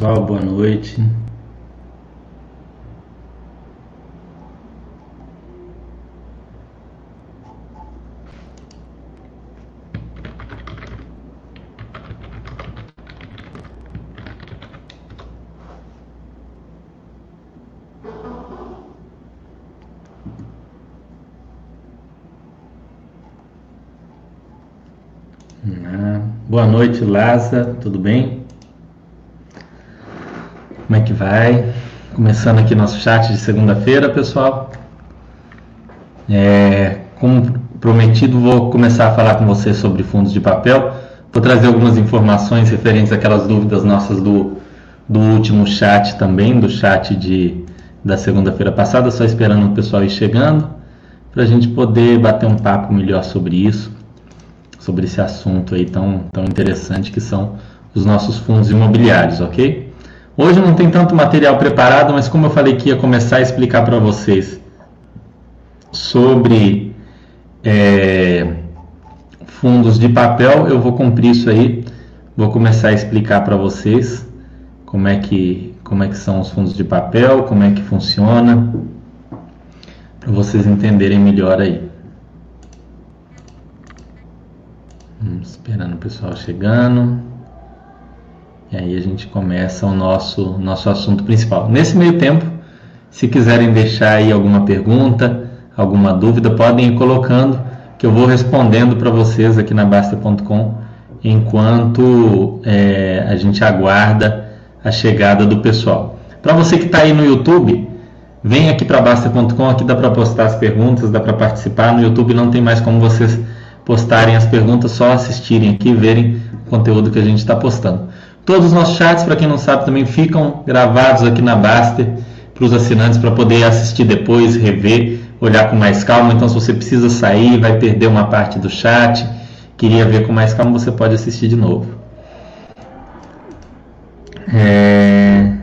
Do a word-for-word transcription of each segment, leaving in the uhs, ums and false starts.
pessoal, boa noite. Ah, boa noite, Laza, tudo bem? Como é que vai? Começando aqui nosso chat de segunda-feira, pessoal. É, como prometido, vou começar a falar com vocês sobre fundos de papel. Vou trazer algumas informações referentes àquelas dúvidas nossas do, do último chat também, do chat de, da segunda-feira passada, só esperando o pessoal ir chegando, para a gente poder bater um papo melhor sobre isso, sobre esse assunto aí tão, tão interessante que são os nossos fundos imobiliários, ok? Hoje não tem tanto material preparado, mas como eu falei que ia começar a explicar para vocês sobre é, fundos de papel, eu vou cumprir isso aí, vou começar a explicar para vocês como é que como é que são os fundos de papel, como é que funciona, para vocês entenderem melhor aí. Hum, esperando o pessoal chegando. E aí a gente começa o nosso, nosso assunto principal. Nesse meio tempo, se quiserem deixar aí alguma pergunta, alguma dúvida, podem ir colocando, que eu vou respondendo para vocês aqui na Basta ponto com, enquanto é, a gente aguarda a chegada do pessoal. Para você que está aí no YouTube, vem aqui para Basta ponto com, aqui dá para postar as perguntas, dá para participar. No YouTube não tem mais como vocês postarem as perguntas, só assistirem aqui e verem o conteúdo que a gente está postando. Todos os nossos chats, para quem não sabe, também ficam gravados aqui na Baster para os assinantes, para poder assistir depois, rever, olhar com mais calma. Então, se você precisa sair, vai perder uma parte do chat, queria ver com mais calma, você pode assistir de novo. É...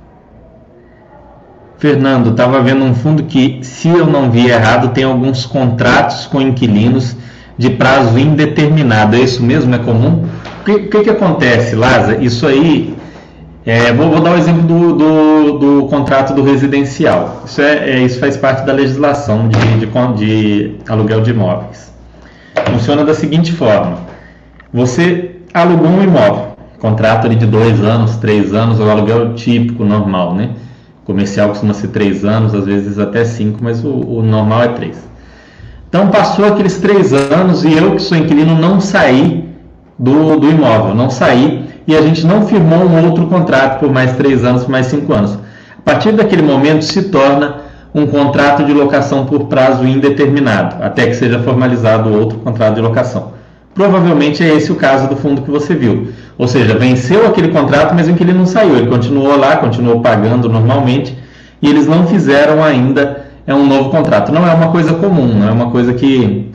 Fernando, estava vendo um fundo que, se eu não vi errado, tem alguns contratos com inquilinos de prazo indeterminado. É isso mesmo? É comum? O que, que, que acontece, Lázaro? Isso aí, é, vou, vou dar o um exemplo do, do, do contrato do residencial. Isso, é, é, isso faz parte da legislação de, de, de aluguel de imóveis. Funciona da seguinte forma: você alugou um imóvel, contrato ali de dois anos, três anos, o aluguel típico, normal, né? Comercial costuma ser três anos, às vezes até cinco, mas o, o normal é três. Então passou aqueles três anos e eu, que sou inquilino, não saí Do, do imóvel, não sair, e a gente não firmou um outro contrato por mais três anos, por mais cinco anos. A partir daquele momento se torna um contrato de locação por prazo indeterminado, até que seja formalizado outro contrato de locação. Provavelmente é esse o caso do fundo que você viu. Ou seja, venceu aquele contrato, mas o inquilino não saiu, ele continuou lá, continuou pagando normalmente, e eles não fizeram ainda é um novo contrato. Não é uma coisa comum, não é uma coisa que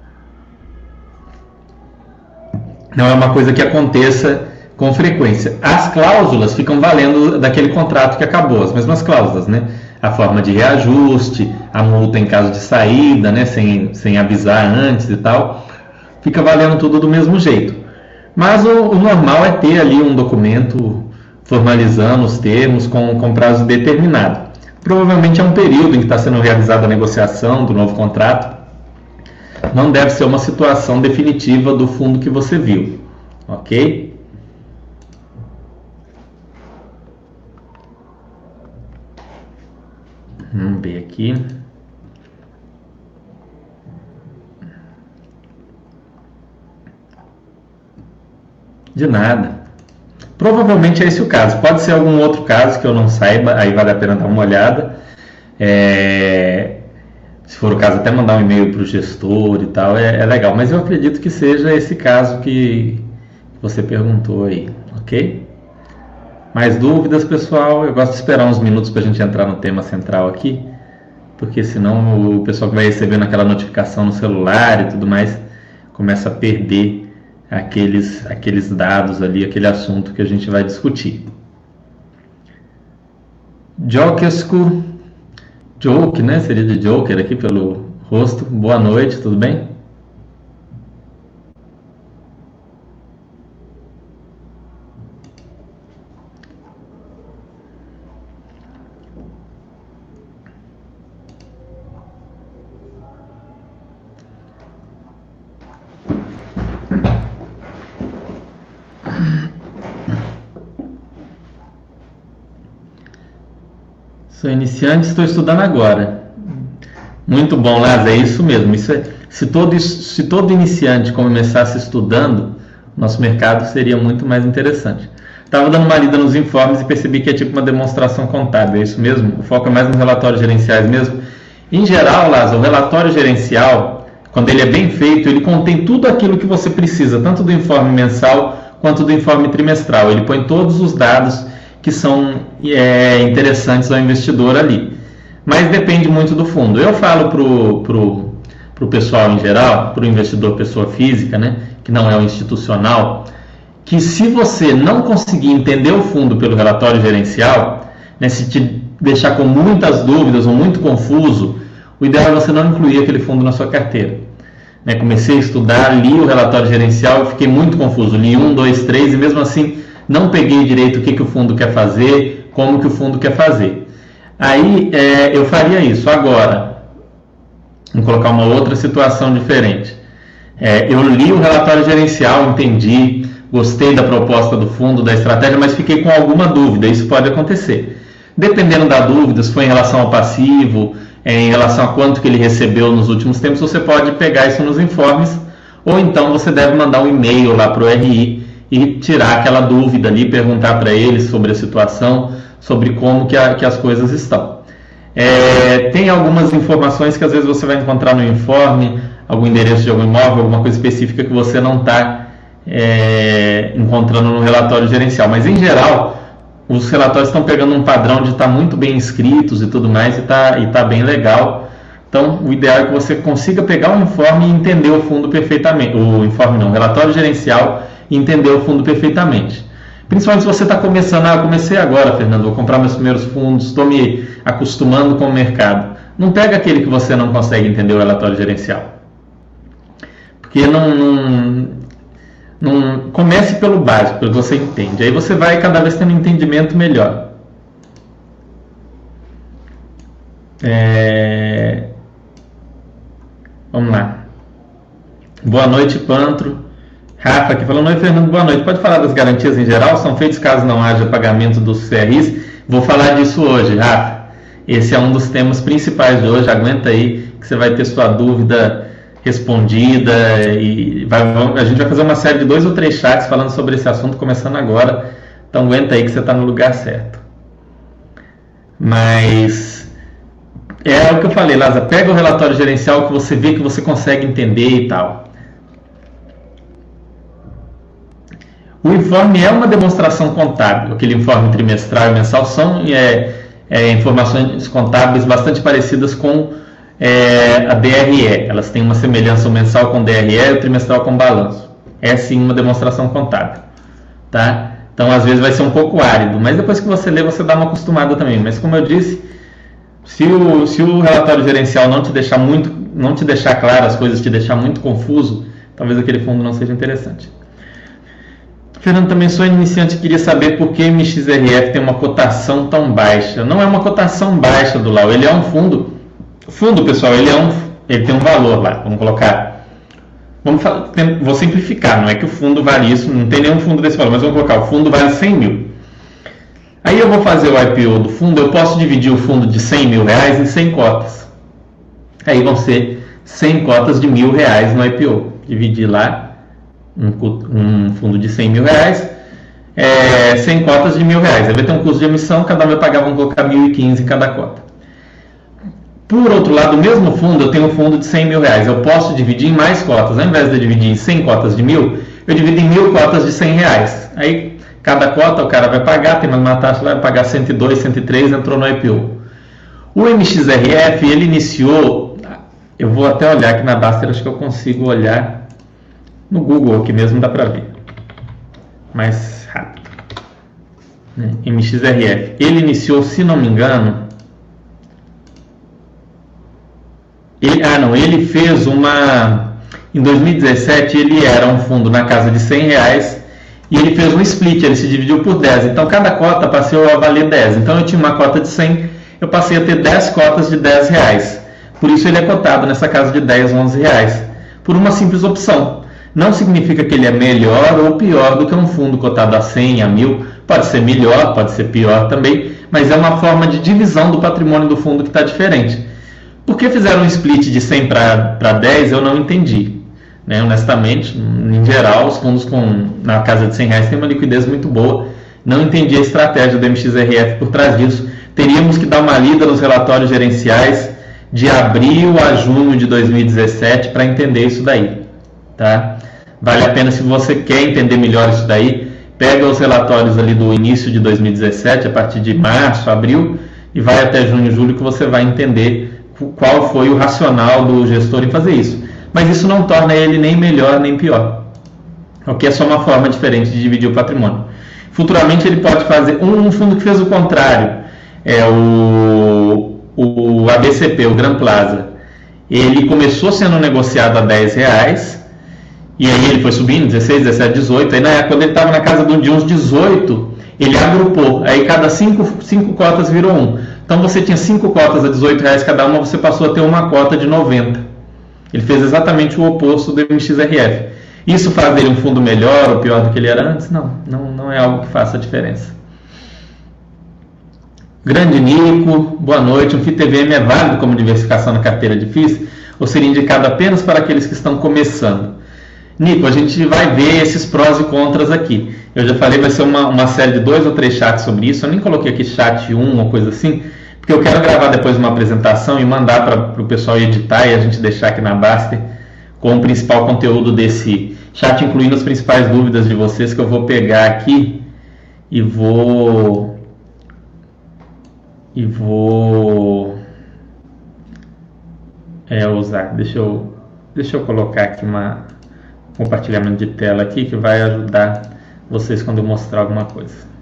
não é uma coisa que aconteça com frequência. As cláusulas ficam valendo daquele contrato que acabou, as mesmas cláusulas, né? A forma de reajuste, a multa em caso de saída, né? sem, sem avisar antes e tal, fica valendo tudo do mesmo jeito. Mas o, o normal é ter ali um documento formalizando os termos com, com prazo determinado. Provavelmente é um período em que está sendo realizada a negociação do novo contrato. Não deve ser uma situação definitiva do fundo que você viu, ok? Vamos ver aqui. De nada. Provavelmente é esse o caso. Pode ser algum outro caso que eu não saiba, aí vale a pena dar uma olhada. É... Se for o caso, até mandar um e-mail para o gestor e tal, é, é legal. Mas eu acredito que seja esse caso que você perguntou aí, ok? Mais dúvidas, pessoal? Eu gosto de esperar uns minutos para a gente entrar no tema central aqui, porque senão o pessoal que vai recebendo aquela notificação no celular e tudo mais começa a perder aqueles, aqueles dados ali, aquele assunto que a gente vai discutir. Jokescu, Joke, né? Seria de Joker aqui pelo rosto. Boa noite, tudo bem? Sou iniciante, estou estudando agora. Muito bom, Lázaro, é isso mesmo. Isso é, se, todo, se todo iniciante começasse estudando, nosso mercado seria muito mais interessante. Estava dando uma lida nos informes e percebi que é tipo uma demonstração contábil, é isso mesmo? O foco é mais nos relatórios gerenciais mesmo? Em geral, Lázaro, o relatório gerencial, quando ele é bem feito, ele contém tudo aquilo que você precisa, tanto do informe mensal quanto do informe trimestral. Ele põe todos os dados que são é, interessantes ao investidor ali. Mas depende muito do fundo. Eu falo para o pro, pro pessoal em geral, para o investidor pessoa física, né, que não é o institucional, que se você não conseguir entender o fundo pelo relatório gerencial, né, se te deixar com muitas dúvidas ou muito confuso, o ideal é você não incluir aquele fundo na sua carteira. Né, comecei a estudar, li o relatório gerencial e fiquei muito confuso. Li um, dois, três e mesmo assim não peguei direito o que, que o fundo quer fazer, como que o fundo quer fazer. Aí é, eu faria isso. Agora, vou colocar uma outra situação diferente. É, eu li o relatório gerencial, entendi, gostei da proposta do fundo, da estratégia, mas fiquei com alguma dúvida. Isso pode acontecer. Dependendo da dúvida, se foi em relação ao passivo, é, em relação a quanto que ele recebeu nos últimos tempos, você pode pegar isso nos informes, ou então você deve mandar um e-mail lá para o R I e tirar aquela dúvida ali, perguntar para eles sobre a situação, sobre como que, a, que as coisas estão. É, tem algumas informações que às vezes você vai encontrar no informe, algum endereço de algum imóvel, alguma coisa específica que você não está é, encontrando no relatório gerencial. Mas em geral, os relatórios estão pegando um padrão de estar muito bem escritos e tudo mais, e está e tá bem legal. Então, o ideal é que você consiga pegar o informe e entender o fundo perfeitamente. O informe não, o relatório gerencial e entender o fundo perfeitamente. Principalmente se você está começando, ah, eu comecei agora, Fernando, vou comprar meus primeiros fundos, estou me acostumando com o mercado. Não pega aquele que você não consegue entender o relatório gerencial. Porque não, não, não comece pelo básico, pelo que você entende. Aí você vai cada vez tendo um entendimento melhor. É... Vamos lá. Boa noite, Pantro. Rafa aqui falando, oi Fernando, boa noite. Pode falar das garantias em geral? São feitas caso não haja pagamento dos C R Is? Vou falar disso hoje, Rafa. Esse é um dos temas principais de hoje. Aguenta aí que você vai ter sua dúvida respondida. E vai, a gente vai fazer uma série de dois ou três chats falando sobre esse assunto, começando agora. Então aguenta aí que você está no lugar certo. Mas é o que eu falei, Lázaro. Pega o relatório gerencial que você vê que você consegue entender e tal. O informe é uma demonstração contábil, aquele informe trimestral e mensal são é, é, informações contábeis bastante parecidas com é, a D R E. Elas têm uma semelhança o mensal com D R E e o trimestral com balanço. É sim uma demonstração contábil. Tá? Então às vezes vai ser um pouco árido, mas depois que você lê você dá uma acostumada também. Mas como eu disse, se o, se o relatório gerencial não te deixar muito, não te deixar claro as coisas, te deixar muito confuso, talvez aquele fundo não seja interessante. Fernando, também sou iniciante e queria saber por que M X R F tem uma cotação tão baixa. Não é uma cotação baixa do Lau, ele é um fundo. Fundo, pessoal, ele, é um, ele tem um valor lá. Vamos colocar. Vamos falar, vou simplificar, não é que o fundo vale isso, não tem nenhum fundo desse valor, mas vamos colocar, o fundo vale cem mil. Aí eu vou fazer o I P O do fundo, eu posso dividir o fundo de cem mil reais em cem cotas. Aí vão ser cem cotas de mil reais no I P O. Dividir lá. Um, um fundo de cem mil reais, é, cem cotas de mil reais. Aí vai ter um custo de emissão, cada um vai pagar, vamos colocar mil e quinze em cada cota. Por outro lado, o mesmo fundo, eu tenho um fundo de cem mil reais. Eu posso dividir em mais cotas. Ao invés de dividir em cem cotas de mil, eu divido em mil cotas de cem reais. Aí, cada cota o cara vai pagar, tem mais uma taxa lá, vai pagar cento e dois, cento e três, entrou no I P O. O M X R F, ele iniciou, eu vou até olhar aqui na Baster, acho que eu consigo olhar. No Google aqui mesmo dá para ver. Mais rápido. Né? M X R F. Ele iniciou, se não me engano... Ele, ah, não. Ele fez uma... Em dois mil e dezessete, ele era um fundo na casa de cem reais e ele fez um split. Ele se dividiu por dez. Então, cada cota passou a valer dez. Então, eu tinha uma cota de cem, eu passei a ter dez cotas de dez reais. Por isso, ele é cotado nessa casa de dez, onze reais. Por uma simples opção. Não significa que ele é melhor ou pior do que um fundo cotado a cem, a mil. Pode ser melhor, pode ser pior também, mas é uma forma de divisão do patrimônio do fundo que está diferente. Por que fizeram um split de cem para dez, eu não entendi. Né? Honestamente, em geral, os fundos com, na casa de cem reais têm uma liquidez muito boa. Não entendi a estratégia do M X R F por trás disso. Teríamos que dar uma lida nos relatórios gerenciais de abril a junho de dois mil e dezessete para entender isso daí. Tá? Vale a pena, se você quer entender melhor isso daí, pega os relatórios ali do início de dois mil e dezessete, a partir de março, abril, e vai até junho, julho, que você vai entender qual foi o racional do gestor em fazer isso. Mas isso não torna ele nem melhor nem pior. Ok? É só uma forma diferente de dividir o patrimônio. Futuramente ele pode fazer um, um fundo que fez o contrário. É o, o A B C P, o Gran Plaza. Ele começou sendo negociado a dez reais, e aí ele foi subindo, dezesseis, dezessete, dezoito. Aí na época, quando ele estava na casa de uns dezoito, ele agrupou. Aí cada cinco, cinco cotas virou um. Então você tinha cinco cotas a dezoito reais cada uma, você passou a ter uma cota de noventa. Ele fez exatamente o oposto do M X R F. Isso faz dele um fundo melhor ou pior do que ele era antes? Não, não, não é algo que faça diferença. Grande Nico, boa noite. Um F I T V M é válido como diversificação na carteira de F I Is ou seria indicado apenas para aqueles que estão começando? Nico, a gente vai ver esses prós e contras aqui. Eu já falei, vai ser uma, uma série de dois ou três chats sobre isso. Eu nem coloquei aqui chat um ou coisa assim, porque eu quero gravar depois uma apresentação e mandar para o pessoal editar e a gente deixar aqui na Baster com o principal conteúdo desse chat, incluindo as principais dúvidas de vocês, que eu vou pegar aqui e vou e vou é, usar. Deixa eu, deixa eu colocar aqui uma compartilhamento de tela aqui que vai ajudar vocês quando eu mostrar alguma coisa.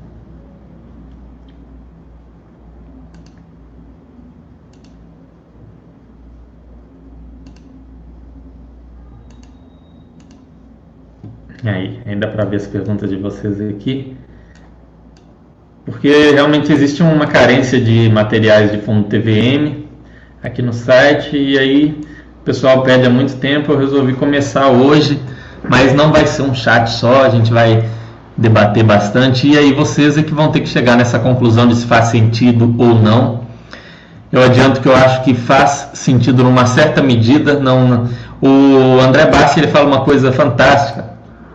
Aí, ainda para ver as perguntas de vocês aqui, porque realmente existe uma carência de materiais de fundo T V M aqui no site, e aí o pessoal pede há muito tempo. Eu resolvi começar hoje, mas não vai ser um chat só, a gente vai debater bastante, e aí vocês é que vão ter que chegar nessa conclusão de se faz sentido ou não. Eu adianto que eu acho que faz sentido numa certa medida. Não, o André Bassi, ele fala uma coisa fantástica.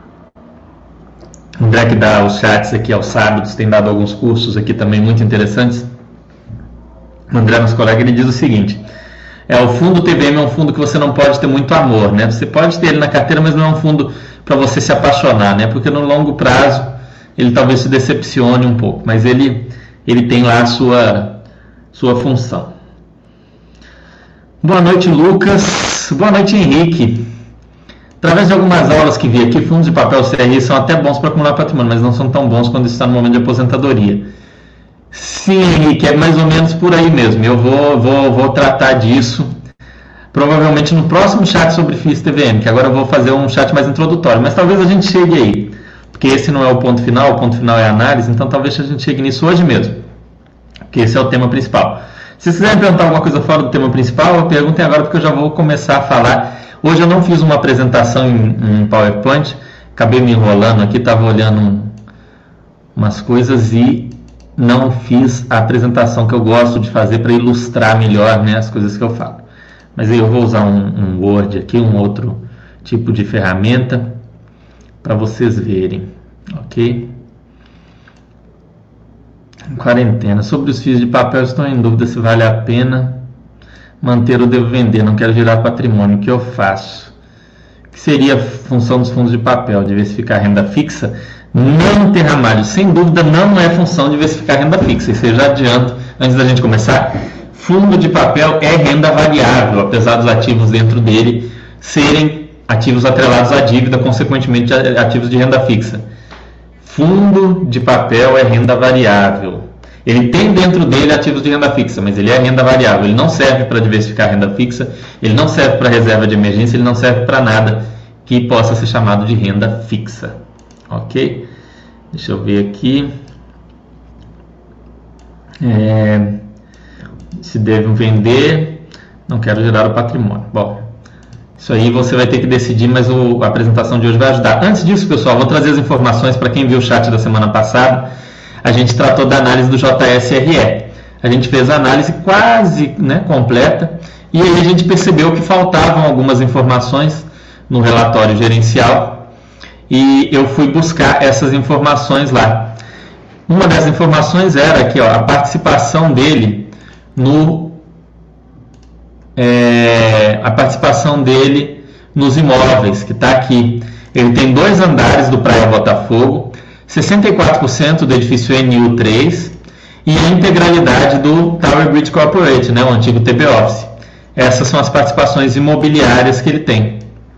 O André, que dá os chats aqui aos sábados, tem dado alguns cursos aqui também muito interessantes. O André, nosso colega, ele diz o seguinte: é, o fundo T V M é um fundo que você não pode ter muito amor, né? Você pode ter ele na carteira, mas não é um fundo para você se apaixonar, né? Porque no longo prazo ele talvez se decepcione um pouco, mas ele, ele tem lá a sua, sua função. Boa noite, Lucas. Boa noite, Henrique. Através de algumas aulas que vi aqui, fundos de papel C R I são até bons para acumular patrimônio, mas não são tão bons quando está no momento de aposentadoria. Sim, Henrique, é mais ou menos por aí mesmo. Eu vou, vou, vou tratar disso provavelmente no próximo chat sobre F I Is T V M, que agora eu vou fazer um chat mais introdutório, mas talvez a gente chegue aí, porque esse não é o ponto final, o ponto final é a análise, então talvez a gente chegue nisso hoje mesmo, porque esse é o tema principal. Se vocês quiserem perguntar alguma coisa fora do tema principal, perguntem agora, porque eu já vou começar a falar. Hoje eu não fiz uma apresentação em, em PowerPoint, acabei me enrolando aqui, estava olhando um, umas coisas e não fiz a apresentação que eu gosto de fazer para ilustrar melhor, né, as coisas que eu falo. Mas aí eu vou usar um, um Word aqui, um outro tipo de ferramenta, para vocês verem, ok? Quarentena. Sobre os F I Is de papel, estou em dúvida se vale a pena manter ou devo vender. Não quero gerar patrimônio. O que eu faço? O que seria a função dos fundos de papel? Diversificar renda fixa? Não ter ramalho. Sem dúvida, não é função diversificar renda fixa. Isso eu já adianto antes da gente começar. Fundo de papel é renda variável, apesar dos ativos dentro dele serem ativos atrelados à dívida, consequentemente ativos de renda fixa. Fundo de papel é renda variável. Ele tem dentro dele ativos de renda fixa, mas ele é renda variável. Ele não serve para diversificar renda fixa, ele não serve para reserva de emergência, ele não serve para nada que possa ser chamado de renda fixa. Ok? Deixa eu ver aqui. É, se deve vender, não quero gerar o patrimônio. Bom, isso aí você vai ter que decidir, mas o, a apresentação de hoje vai ajudar. Antes disso, pessoal, vou trazer as informações para quem viu o chat da semana passada. a gente tratou da análise do J S R E. A gente fez a análise quase, né, completa, e aí a gente percebeu que faltavam algumas informações no relatório gerencial, e eu fui buscar essas informações lá. Uma das informações era aqui, ó, a participação dele no é, a participação dele nos imóveis, que está aqui. Ele tem dois andares do Praia Botafogo, sessenta e quatro por cento do edifício N U três e a integralidade do Tower Bridge Corporate, né, o antigo T B Office. Essas são as participações imobiliárias que ele tem.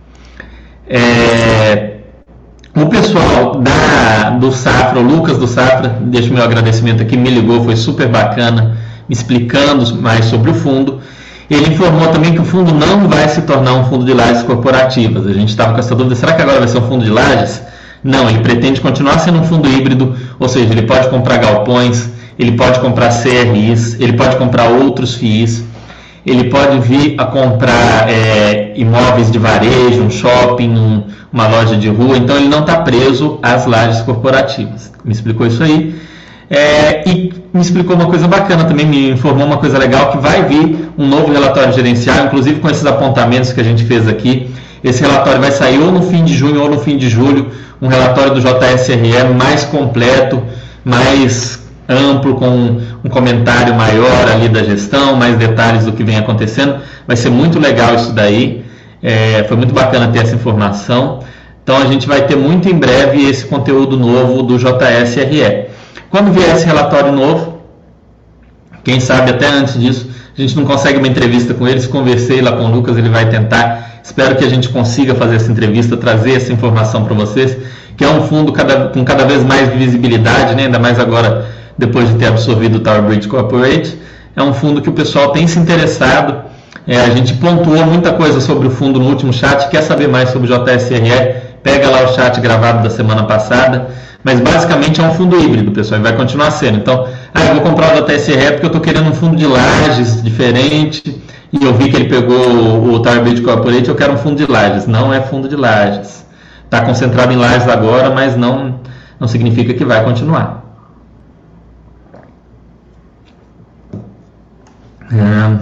É, o pessoal da, do Safra, o Lucas do Safra, deixo meu agradecimento aqui, me ligou, foi super bacana, me explicando mais sobre o fundo. Ele informou também que o fundo não vai se tornar um fundo de lajes corporativas. A gente estava com essa dúvida, será que agora vai ser um fundo de lajes? Não, ele pretende continuar sendo um fundo híbrido, ou seja, ele pode comprar galpões, ele pode comprar C R Is, ele pode comprar outros F I Is, ele pode vir a comprar é, imóveis de varejo, um shopping, um, uma loja de rua, então ele não está preso às lajes corporativas. Me explicou isso aí. É, e me explicou uma coisa bacana também, me informou uma coisa legal, que vai vir um novo relatório gerencial, inclusive com esses apontamentos que a gente fez aqui. Esse relatório vai sair ou no fim de junho ou no fim de julho, um relatório do J S R E mais completo, mais amplo, com um comentário maior ali da gestão, mais detalhes do que vem acontecendo. Vai ser muito legal isso daí, é, foi muito bacana ter essa informação. Então a gente vai ter muito em breve esse conteúdo novo do J S R E. Quando vier esse relatório novo, quem sabe até antes disso, a gente não consegue uma entrevista com eles, conversei lá com o Lucas, ele vai tentar, espero que a gente consiga fazer essa entrevista, trazer essa informação para vocês, que é um fundo cada, com cada vez mais visibilidade, né? Ainda mais agora, depois de ter absorvido o Tower Bridge Corporate, é um fundo que o pessoal tem se interessado, é, a gente pontuou muita coisa sobre o fundo no último chat, quer saber mais sobre o J S R E, pega lá o chat gravado da semana passada, mas basicamente é um fundo híbrido, pessoal, e vai continuar sendo. Então, ah, eu vou comprar o J S R E porque eu estou querendo um fundo de lajes diferente, e eu vi que ele pegou o Tower Bridge Corporate, eu quero um fundo de lajes. Não é fundo de lajes. Está concentrado em lajes agora, mas não, não significa que vai continuar. Hum,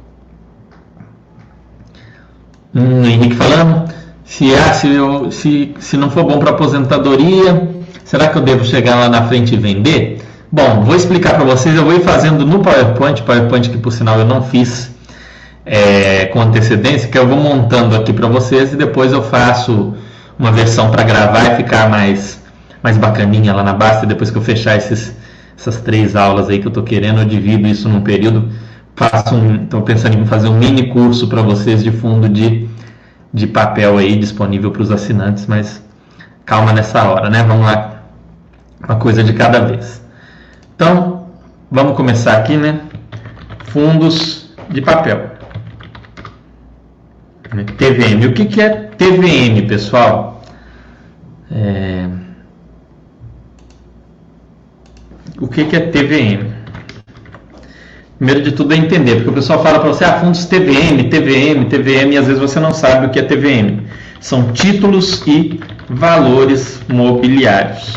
hum, Henrique falando, se, ah, se, eu, se, se não for bom para aposentadoria, será que eu devo chegar lá na frente e vender? Bom, vou explicar para vocês, eu vou ir fazendo no PowerPoint, PowerPoint que por sinal eu não fiz é, com antecedência, que eu vou montando aqui para vocês e depois eu faço uma versão para gravar e ficar mais, mais bacaninha lá na Basta. Depois que eu fechar esses, essas três aulas aí que eu estou querendo, eu divido isso num período, faço um, estou pensando em fazer um mini curso para vocês de fundo de, de papel aí disponível para os assinantes, mas calma nessa hora, né? Vamos lá, uma coisa de cada vez. Então, vamos começar aqui, né? Fundos de papel. T V M. O que, que é T V M, pessoal? É... O que, que é T V M? Primeiro de tudo é entender, porque o pessoal fala para você, ah, fundos T V M, T V M, T V M, e às vezes você não sabe o que é T V M. São títulos e valores mobiliários.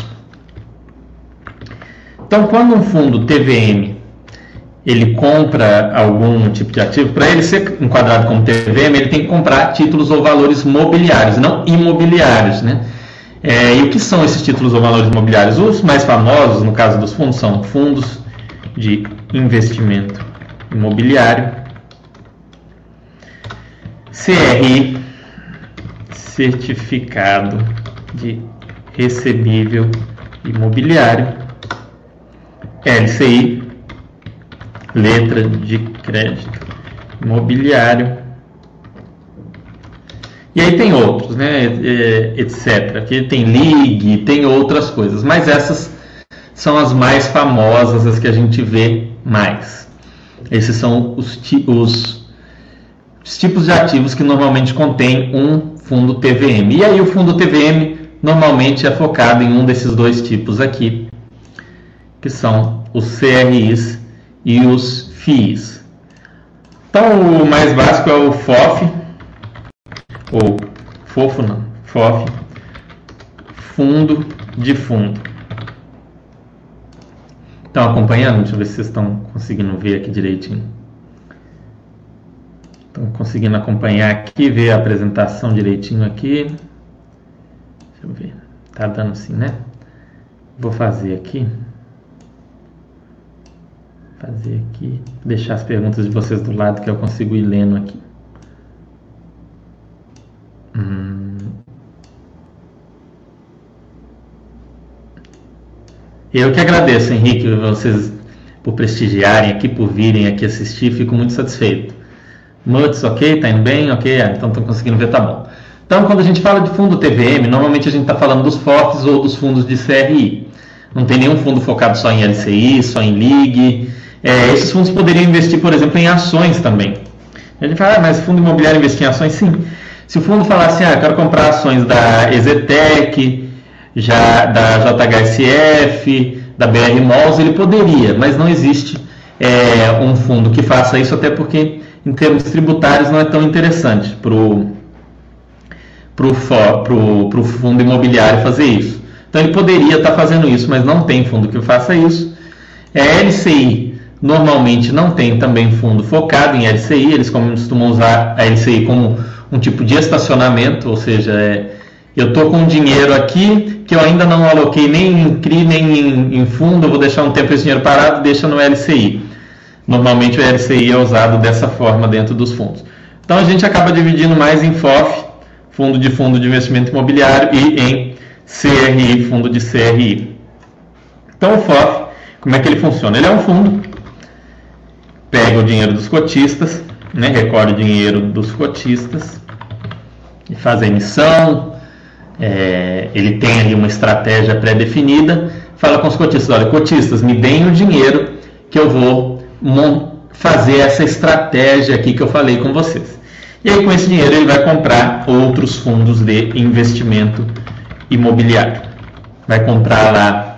Então, quando um fundo T V M ele compra algum tipo de ativo, para ele ser enquadrado como T V M, ele tem que comprar títulos ou valores mobiliários, não imobiliários, né? É, e o que são esses títulos ou valores mobiliários? Os mais famosos, no caso dos fundos, são fundos de investimento imobiliário, C R I, certificado de recebível imobiliário, L C I, letra de crédito imobiliário, e aí tem outros, né, etcétera. Aqui tem L I G, tem outras coisas, mas essas são as mais famosas, as que a gente vê mais. Esses são os, os, os tipos de ativos que normalmente contém um fundo T V M. E aí o fundo T V M normalmente é focado em um desses dois tipos aqui, que são os C R Is e os F I Is. Então o mais básico é o F O F, ou fofo não, F O F, fundo de fundo. Estão acompanhando? Deixa eu ver se vocês estão conseguindo ver aqui direitinho. Estão conseguindo acompanhar aqui, ver a apresentação direitinho aqui. Deixa eu ver. Tá dando sim, né? Vou fazer aqui. Fazer aqui. Deixar as perguntas de vocês do lado que eu consigo ir lendo aqui. Hum. Eu que agradeço, Henrique, vocês por prestigiarem aqui, por virem aqui assistir. Fico muito satisfeito. Muts, ok? Tá indo bem? Ok? Ah, então estão conseguindo ver, tá bom. Então, quando a gente fala de fundo T V M, normalmente a gente está falando dos F O Fs ou dos fundos de C R I. Não tem nenhum fundo focado só em L C I, só em L I G. É, esses fundos poderiam investir, por exemplo, em ações também. A gente fala, ah, mas fundo imobiliário investir em ações? Sim. Se o fundo falar assim, ah, eu quero comprar ações da Exetec, já, da J H S F, da B R Malls, ele poderia, mas não existe é, um fundo que faça isso, até porque em termos tributários não é tão interessante para o pro, pro, pro fundo imobiliário fazer isso. Então ele poderia estar fazendo isso, mas não tem fundo que faça isso. É, L C I normalmente não tem também fundo focado em L C I, eles costumam usar a L C I como um tipo de estacionamento, ou seja, é, eu estou com dinheiro aqui que eu ainda não aloquei nem em C R I, nem em, em fundo, eu vou deixar um tempo esse dinheiro parado, deixa no L C I. Normalmente o L C I é usado dessa forma dentro dos fundos. Então a gente acaba dividindo mais em F O F, Fundo de Fundo de Investimento Imobiliário, e em C R I, Fundo de C R I. Então o F O F, como é que ele funciona? Ele é um fundo, pega o dinheiro dos cotistas, né, recolhe o dinheiro dos cotistas e faz a emissão. É, ele tem ali uma estratégia pré-definida, fala com os cotistas, olha, cotistas, me deem o dinheiro que eu vou fazer essa estratégia aqui que eu falei com vocês. E aí com esse dinheiro ele vai comprar outros fundos de investimento imobiliário. Vai comprar lá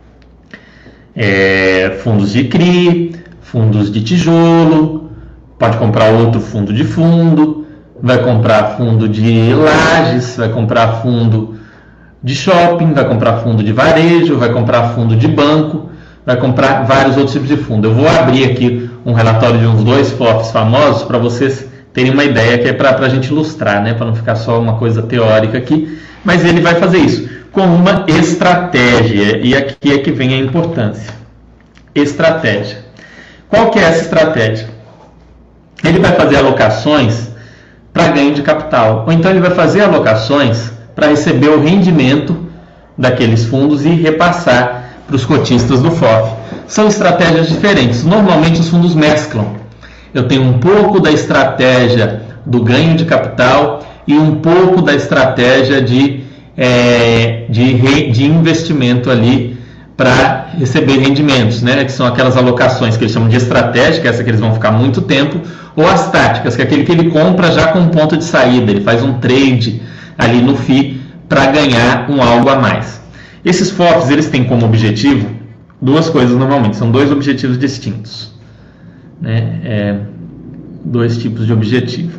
é, fundos de C R I, fundos de tijolo, pode comprar outro fundo de fundo, vai comprar fundo de lajes, vai comprar fundo de shopping, vai comprar fundo de varejo, vai comprar fundo de banco, vai comprar vários outros tipos de fundo. Eu vou abrir aqui um relatório de uns dois F O Fs famosos para vocês terem uma ideia, que é para a gente ilustrar, né? Para não ficar só uma coisa teórica aqui. Mas ele vai fazer isso com uma estratégia, e aqui é que vem a importância. Estratégia. Qual que é essa estratégia? Ele vai fazer alocações para ganho de capital, ou então ele vai fazer alocações para receber o rendimento daqueles fundos e repassar para os cotistas do F O F. São estratégias diferentes. Normalmente os fundos mesclam. Eu tenho um pouco da estratégia do ganho de capital e um pouco da estratégia de, é, de, re, de investimento ali para receber rendimentos, né? Que são aquelas alocações que eles chamam de estratégica, essa que eles vão ficar muito tempo, ou as táticas, que é aquele que ele compra já com um ponto de saída, ele faz um trade ali no F I para ganhar um algo a mais. Esses F O Fs, eles têm como objetivo duas coisas normalmente, são dois objetivos distintos, né? É, dois tipos de objetivo: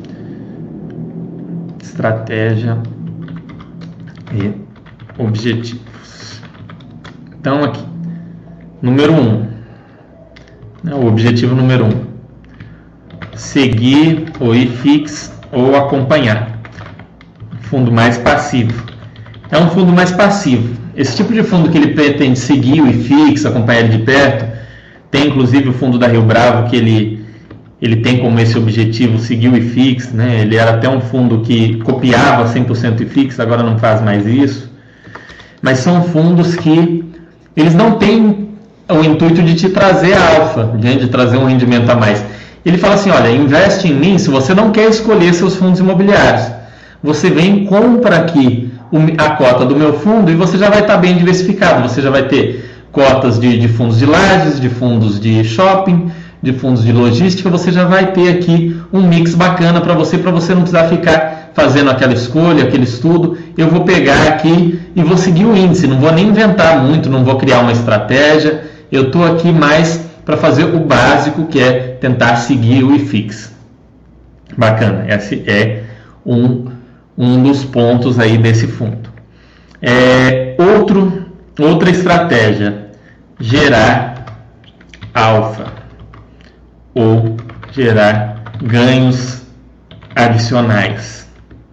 estratégia e objetivos. Então aqui, número um, né, o objetivo número um, seguir ou ir fixo ou acompanhar. Fundo mais passivo. É um fundo mais passivo. Esse tipo de fundo que ele pretende seguir o I F I X, acompanhar ele de perto, tem inclusive o fundo da Rio Bravo que ele, ele tem como esse objetivo seguir o I F I X, né? Ele era até um fundo que copiava cem por cento I F I X, agora não faz mais isso. Mas são fundos que eles não têm o intuito de te trazer alfa, de trazer um rendimento a mais. Ele fala assim, olha, investe em mim se você não quer escolher seus fundos imobiliários. Você vem, compra aqui a cota do meu fundo e você já vai estar bem diversificado. Você já vai ter cotas de, de fundos de lajes, de fundos de shopping, de fundos de logística. Você já vai ter aqui um mix bacana para você, para você não precisar ficar fazendo aquela escolha, aquele estudo. Eu vou pegar aqui e vou seguir o índice. Não vou nem inventar muito, não vou criar uma estratégia. Eu estou aqui mais para fazer o básico, que é tentar seguir o I F I X. Bacana, esse é um, um dos pontos aí desse fundo. É, outro, outra estratégia gerar alfa ou gerar ganhos adicionais,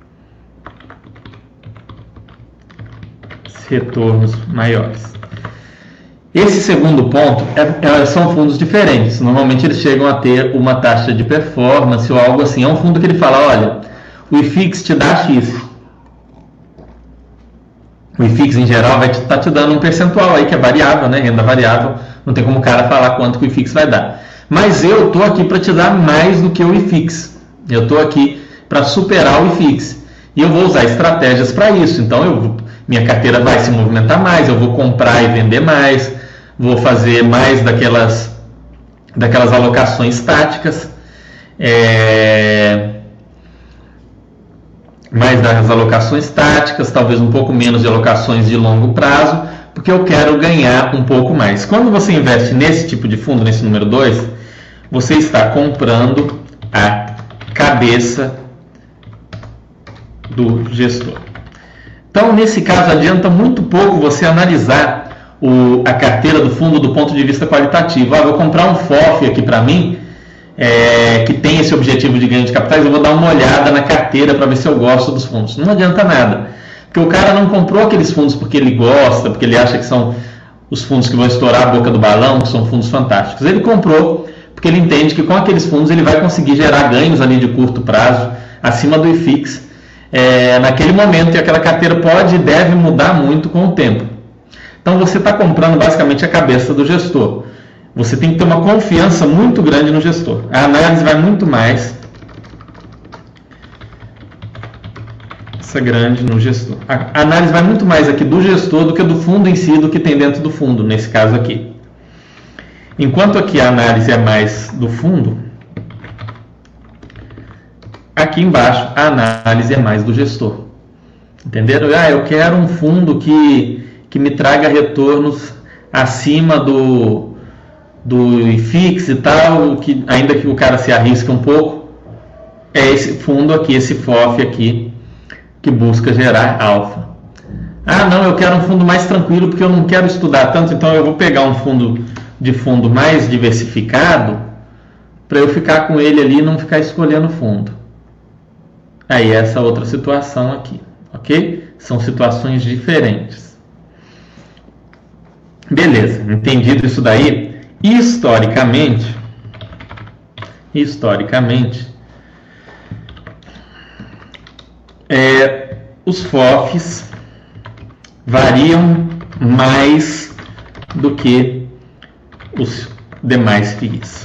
retornos maiores. Esse segundo ponto é, é, são fundos diferentes. Normalmente eles chegam a ter uma taxa de performance ou algo assim. É um fundo que ele fala, olha, o I F I X te dá X. O I F I X em geral vai estar te, tá te dando um percentual aí que é variável, né? Renda variável. Não tem como o cara falar quanto que o I F I X vai dar. Mas eu estou aqui para te dar mais do que o I F I X. Eu estou aqui para superar o I F I X. E eu vou usar estratégias para isso. Então eu, minha carteira vai se movimentar mais, eu vou comprar e vender mais, vou fazer mais daquelas, daquelas alocações táticas, é, mais das alocações táticas, talvez um pouco menos de alocações de longo prazo, porque eu quero ganhar um pouco mais. Quando você investe nesse tipo de fundo, nesse número dois, você está comprando a cabeça do gestor. Então, nesse caso, adianta muito pouco você analisar o, a carteira do fundo do ponto de vista qualitativo. Ah, vou comprar um F O F aqui para mim, é, que tem esse objetivo de ganho de capitais, eu vou dar uma olhada na carteira para ver se eu gosto dos fundos. Não adianta nada, porque o cara não comprou aqueles fundos porque ele gosta, porque ele acha que são os fundos que vão estourar a boca do balão, que são fundos fantásticos. Ele comprou porque ele entende que com aqueles fundos ele vai conseguir gerar ganhos ali de curto prazo, acima do I F I X, é, naquele momento, e aquela carteira pode e deve mudar muito com o tempo. Então você está comprando basicamente a cabeça do gestor. Você tem que ter uma confiança muito grande no gestor. A análise vai muito mais essa grande no gestor. A análise vai muito mais aqui do gestor do que do fundo em si, do que tem dentro do fundo, nesse caso aqui. Enquanto aqui a análise é mais do fundo, aqui embaixo a análise é mais do gestor. Entenderam? Ah, eu quero um fundo que, que me traga retornos acima do, do I F I X e tal, que, ainda que o cara se arrisque um pouco. É esse fundo aqui, esse F O F aqui, que busca gerar alfa. Ah, não, eu quero um fundo mais tranquilo porque eu não quero estudar tanto, então eu vou pegar um fundo de fundo mais diversificado para eu ficar com ele ali e não ficar escolhendo fundo. Aí essa outra situação aqui, ok? São situações diferentes. Beleza, entendido isso daí? Historicamente, historicamente, é, os F O Fs variam mais do que os demais F I Is.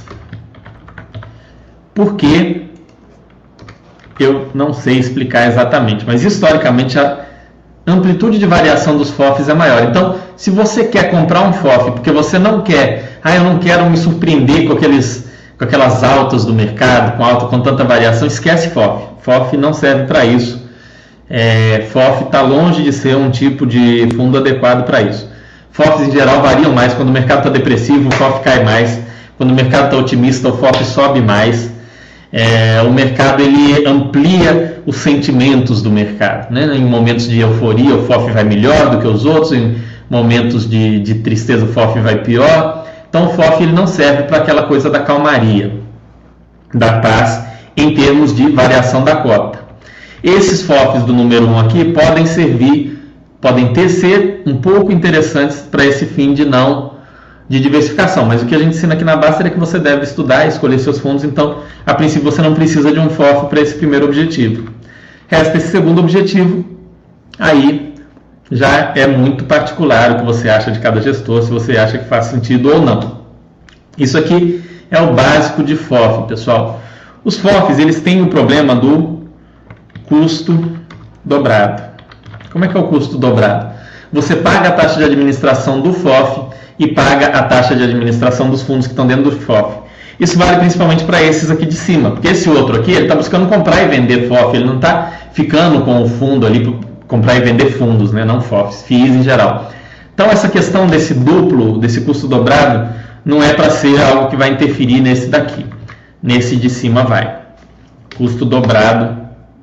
Por quê? Eu não sei explicar exatamente, mas historicamente a amplitude de variação dos F O Fs é maior. Então, se você quer comprar um F O F porque você não quer, ah, eu não quero me surpreender com, aqueles, com aquelas altas do mercado, com, alta, com tanta variação, esquece F O F. F O F não serve para isso. É, F O F está longe de ser um tipo de fundo adequado para isso. F O Fs em geral variam mais. Quando o mercado está depressivo, o F O F cai mais. Quando o mercado está otimista, o F O F sobe mais. É, o mercado ele amplia os sentimentos do mercado, né? Em momentos de euforia o F O F vai melhor do que os outros, em momentos de, de tristeza o F O F vai pior. Então o F O F ele não serve para aquela coisa da calmaria, da paz em termos de variação da cota. Esses F O Fs do número um aqui podem servir, podem ter ser um pouco interessantes para esse fim de não de diversificação, mas o que a gente ensina aqui na Baster é que você deve estudar e escolher seus fundos, então a princípio você não precisa de um F O F para esse primeiro objetivo. Resta esse segundo objetivo, aí já é muito particular o que você acha de cada gestor, se você acha que faz sentido ou não. Isso aqui é o básico de F O F, pessoal. Os F O Fs eles têm o problema do custo dobrado. Como é que é o custo dobrado? Você paga a taxa de administração do F O F e paga a taxa de administração dos fundos que estão dentro do F O F. Isso vale principalmente para esses aqui de cima, porque esse outro aqui, ele está buscando comprar e vender F O F, ele não está ficando com o fundo ali, comprar e vender fundos, né? Não F O Fs, F I Is em geral. Então essa questão desse duplo, desse custo dobrado, não é para ser algo que vai interferir nesse daqui. Nesse de cima vai. Custo dobrado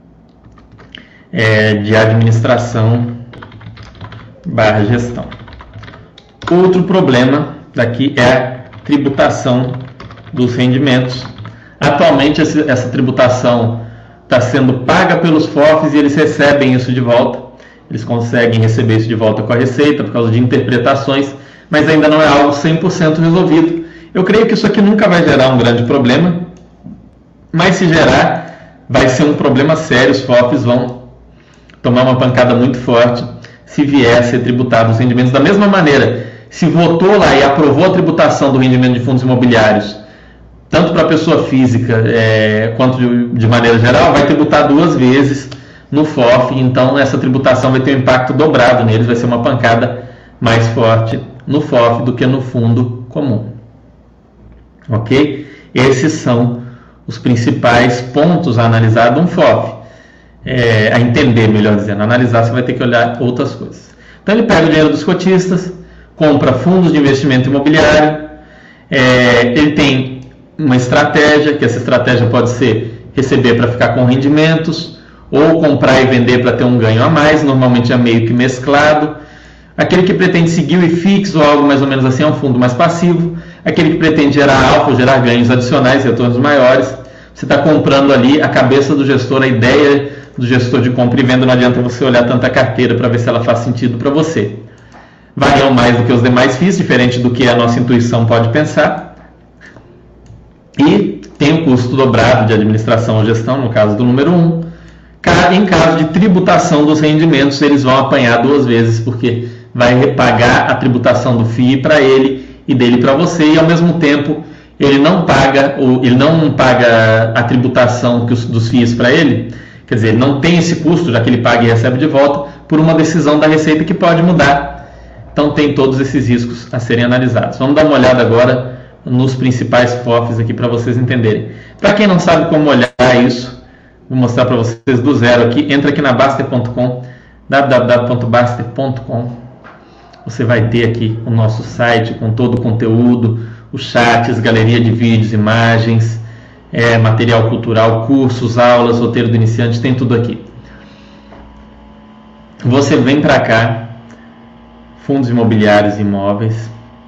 é, de administração barra gestão. Outro problema daqui é a tributação dos rendimentos. Atualmente essa tributação está sendo paga pelos F O Fs e eles recebem isso de volta. Eles conseguem receber isso de volta com a Receita por causa de interpretações, mas ainda não é algo cem por cento resolvido. Eu creio que isso aqui nunca vai gerar um grande problema, mas se gerar, vai ser um problema sério. Os F O Fs vão tomar uma pancada muito forte se vier a ser tributado os rendimentos. Da mesma maneira, se votou lá e aprovou a tributação do rendimento de fundos imobiliários, tanto para a pessoa física é, quanto de, de maneira geral, vai tributar duas vezes no F O F, então essa tributação vai ter um impacto dobrado neles, vai ser uma pancada mais forte no F O F do que no fundo comum. Ok? Esses são os principais pontos a analisar de um F O F. É, a entender, melhor dizendo, analisar, você vai ter que olhar outras coisas. Então ele pega o dinheiro dos cotistas, compra fundos de investimento imobiliário, é, ele tem uma estratégia, que essa estratégia pode ser receber para ficar com rendimentos, ou comprar e vender para ter um ganho a mais, normalmente é meio que mesclado. Aquele que pretende seguir o I F I X ou algo mais ou menos assim é um fundo mais passivo. Aquele que pretende gerar alfa, gerar ganhos adicionais, retornos maiores, você está comprando ali a cabeça do gestor, a ideia do gestor de compra e venda. Não adianta você olhar tanta carteira para ver se ela faz sentido para você. Variam mais do que os demais F I Is, diferente do que a nossa intuição pode pensar. E tem o custo dobrado de administração ou gestão, no caso do número um. Em caso de tributação dos rendimentos, eles vão apanhar duas vezes, porque vai repagar a tributação do F I I para ele e dele para você, e ao mesmo tempo ele não paga, ele não paga a tributação que os, dos F I Is para ele. Quer dizer, não tem esse custo, já que ele paga e recebe de volta, por uma decisão da Receita que pode mudar. Então tem todos esses riscos a serem analisados. Vamos dar uma olhada agora nos principais F O Fs aqui para vocês entenderem. Para quem não sabe como olhar isso, vou mostrar para vocês do zero aqui. Entra aqui na Baster ponto com, w w w ponto baster ponto com. Você vai ter aqui o nosso site com todo o conteúdo, os chats, galeria de vídeos, imagens, é, material cultural, cursos, aulas, roteiro do iniciante, tem tudo aqui. Você vem para cá, fundos imobiliários e imóveis,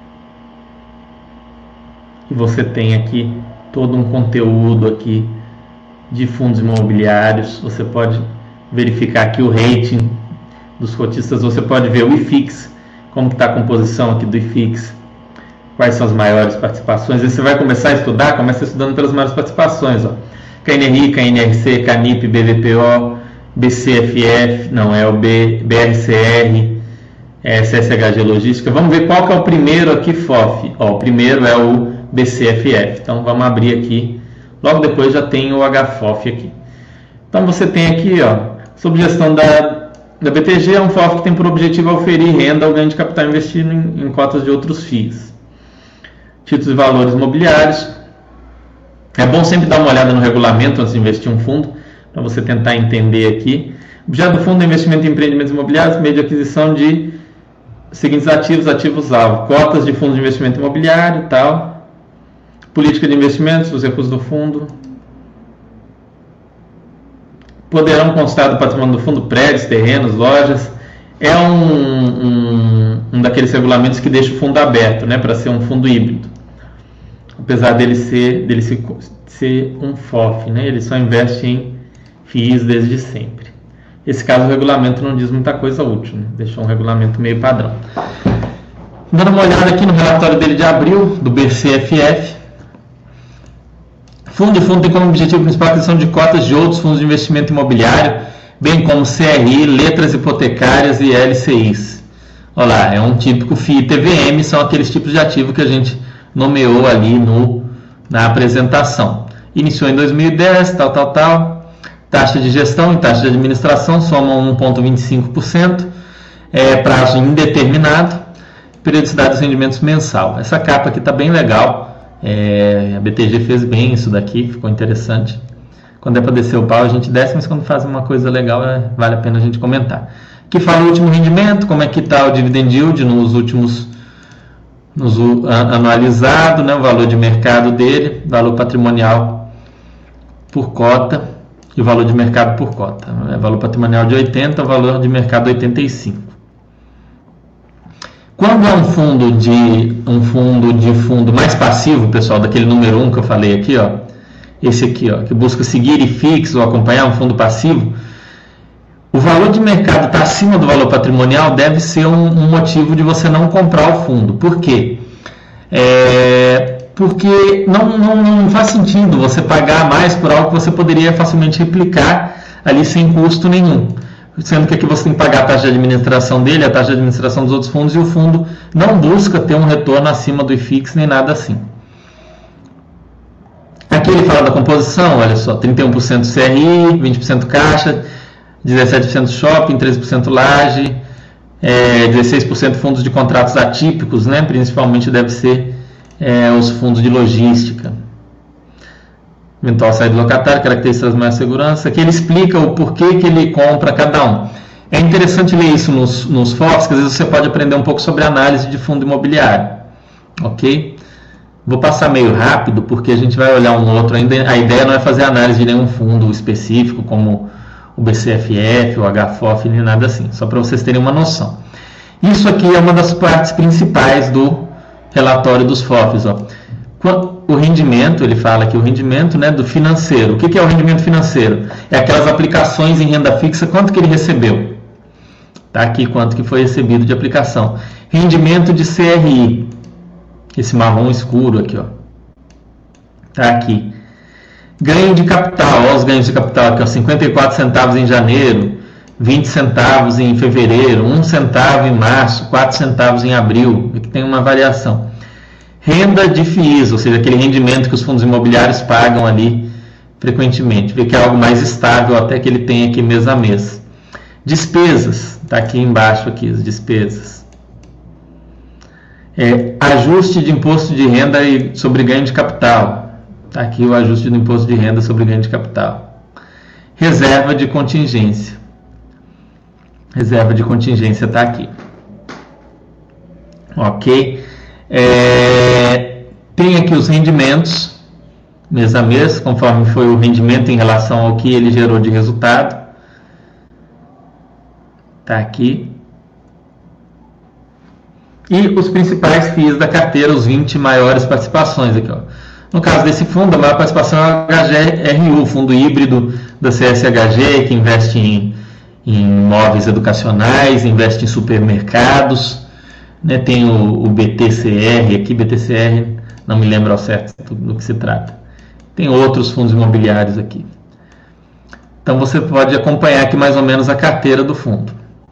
e você tem aqui todo um conteúdo aqui de fundos imobiliários. Você pode verificar aqui o rating dos cotistas, você pode ver o I F I X, como está a composição aqui do I F I X, quais são as maiores participações. E você vai começar a estudar, começa estudando pelas maiores participações, ó. K N R I, K N R C, Canip, B V P O, B C F F, não, é o B, B R C R, é, C S H G Logística. Vamos ver qual que é o primeiro aqui, F O F. Ó, o primeiro é o B C F F, então vamos abrir aqui. Logo depois já tem o H F O F aqui. Então você tem aqui, ó, sob gestão da, da B T G, é um F O F que tem por objetivo oferir renda ao ganho de capital investido em, em cotas de outros F I Is. Títulos e valores imobiliários. É bom sempre dar uma olhada no regulamento antes de investir um fundo, para você tentar entender aqui. Objeto do fundo é investimento em empreendimentos imobiliários, meio de aquisição de seguintes ativos, ativos-alvo, cotas de fundos de investimento imobiliário e tal. Política de investimentos, os recursos do fundo. Poderão constar do patrimônio do fundo prédios, terrenos, lojas. É um, um, um daqueles regulamentos que deixa o fundo aberto, né, para ser um fundo híbrido. Apesar dele ser, dele ser, ser um F O F, né, ele só investe em F I Is desde sempre. Nesse caso o regulamento não diz muita coisa útil, né, deixou um regulamento meio padrão. Dando uma olhada aqui no relatório dele de abril, do B C F F. Fundo de fundo tem como objetivo principal a aquisição de cotas de outros fundos de investimento imobiliário, bem como C R I, letras hipotecárias e L C Is. Olha lá, é um típico F I I T V M, são aqueles tipos de ativo que a gente nomeou ali no, na apresentação. Iniciou em dois mil e dez, tal, tal, tal. Taxa de gestão e taxa de administração somam um vírgula vinte e cinco por cento. É, prazo indeterminado. Periodicidade dos rendimentos mensal. Essa capa aqui está bem legal. É, a B T G fez bem isso daqui, ficou interessante. Quando é para descer o pau a gente desce, mas quando faz uma coisa legal é, vale a pena a gente comentar. Aqui fala o último rendimento, como é que está o dividend yield nos últimos, nos, anualizado, né, o valor de mercado dele, valor patrimonial por cota e o valor de mercado por cota. É valor patrimonial de oitenta, valor de mercado oitenta e cinco. Quando é um fundo de um fundo de fundo mais passivo, pessoal, daquele número um que eu falei aqui, ó, esse aqui, ó, que busca seguir I F I X ou acompanhar um fundo passivo, o valor de mercado está acima do valor patrimonial, deve ser um, um motivo de você não comprar o fundo. Por quê? É, porque não, não, não faz sentido você pagar mais por algo que você poderia facilmente replicar ali sem custo nenhum. Sendo que aqui você tem que pagar a taxa de administração dele, a taxa de administração dos outros fundos, e o fundo não busca ter um retorno acima do I F I X nem nada assim. Aqui ele fala da composição, olha só, trinta e um por cento C R I, vinte por cento caixa, dezessete por cento shopping, treze por cento laje, é, dezesseis por cento fundos de contratos atípicos, né? Principalmente deve ser é, os fundos de logística. Eventual saída do locatário, características de maior segurança. Aqui ele explica o porquê que ele compra cada um. É interessante ler isso nos, nos F O Fs, que às vezes você pode aprender um pouco sobre análise de fundo imobiliário. Ok? Vou passar meio rápido, porque a gente vai olhar um outro ainda. A ideia não é fazer análise de nenhum fundo específico, como o B C F F, o H F O F, nem nada assim. Só para vocês terem uma noção. Isso aqui é uma das partes principais do relatório dos F O Fs. Ó. O rendimento, ele fala aqui, o rendimento, né, do financeiro. O que, que é o rendimento financeiro? É aquelas aplicações em renda fixa, quanto que ele recebeu. Tá aqui quanto que foi recebido de aplicação. Rendimento de C R I. Esse marrom escuro aqui, ó. Tá aqui. Ganho de capital, ó, os ganhos de capital aqui, ó, cinquenta e quatro centavos em janeiro, vinte centavos em fevereiro, um centavo em março, quatro centavos em abril. Aqui tem uma variação. Renda de F I I S, ou seja, aquele rendimento que os fundos imobiliários pagam ali frequentemente. Vê que é algo mais estável até que ele tem aqui mês a mês. Despesas, está aqui embaixo aqui, as despesas. É, ajuste de imposto de renda e sobre ganho de capital. Está aqui o ajuste do imposto de renda sobre ganho de capital. Reserva de contingência. Reserva de contingência está aqui. Ok? É, tem aqui os rendimentos mês a mês, conforme foi o rendimento em relação ao que ele gerou de resultado. Está aqui. E os principais F I Is da carteira, os vinte maiores participações aqui, ó. No caso desse fundo, a maior participação é o H G R U, fundo híbrido da C S H G, que investe em, em imóveis educacionais, investe em supermercados. Né, tem o, o B T C R aqui, B T C R, não me lembro ao certo do, do que se trata. Tem outros fundos imobiliários aqui. Então você pode acompanhar aqui mais ou menos a carteira do fundo.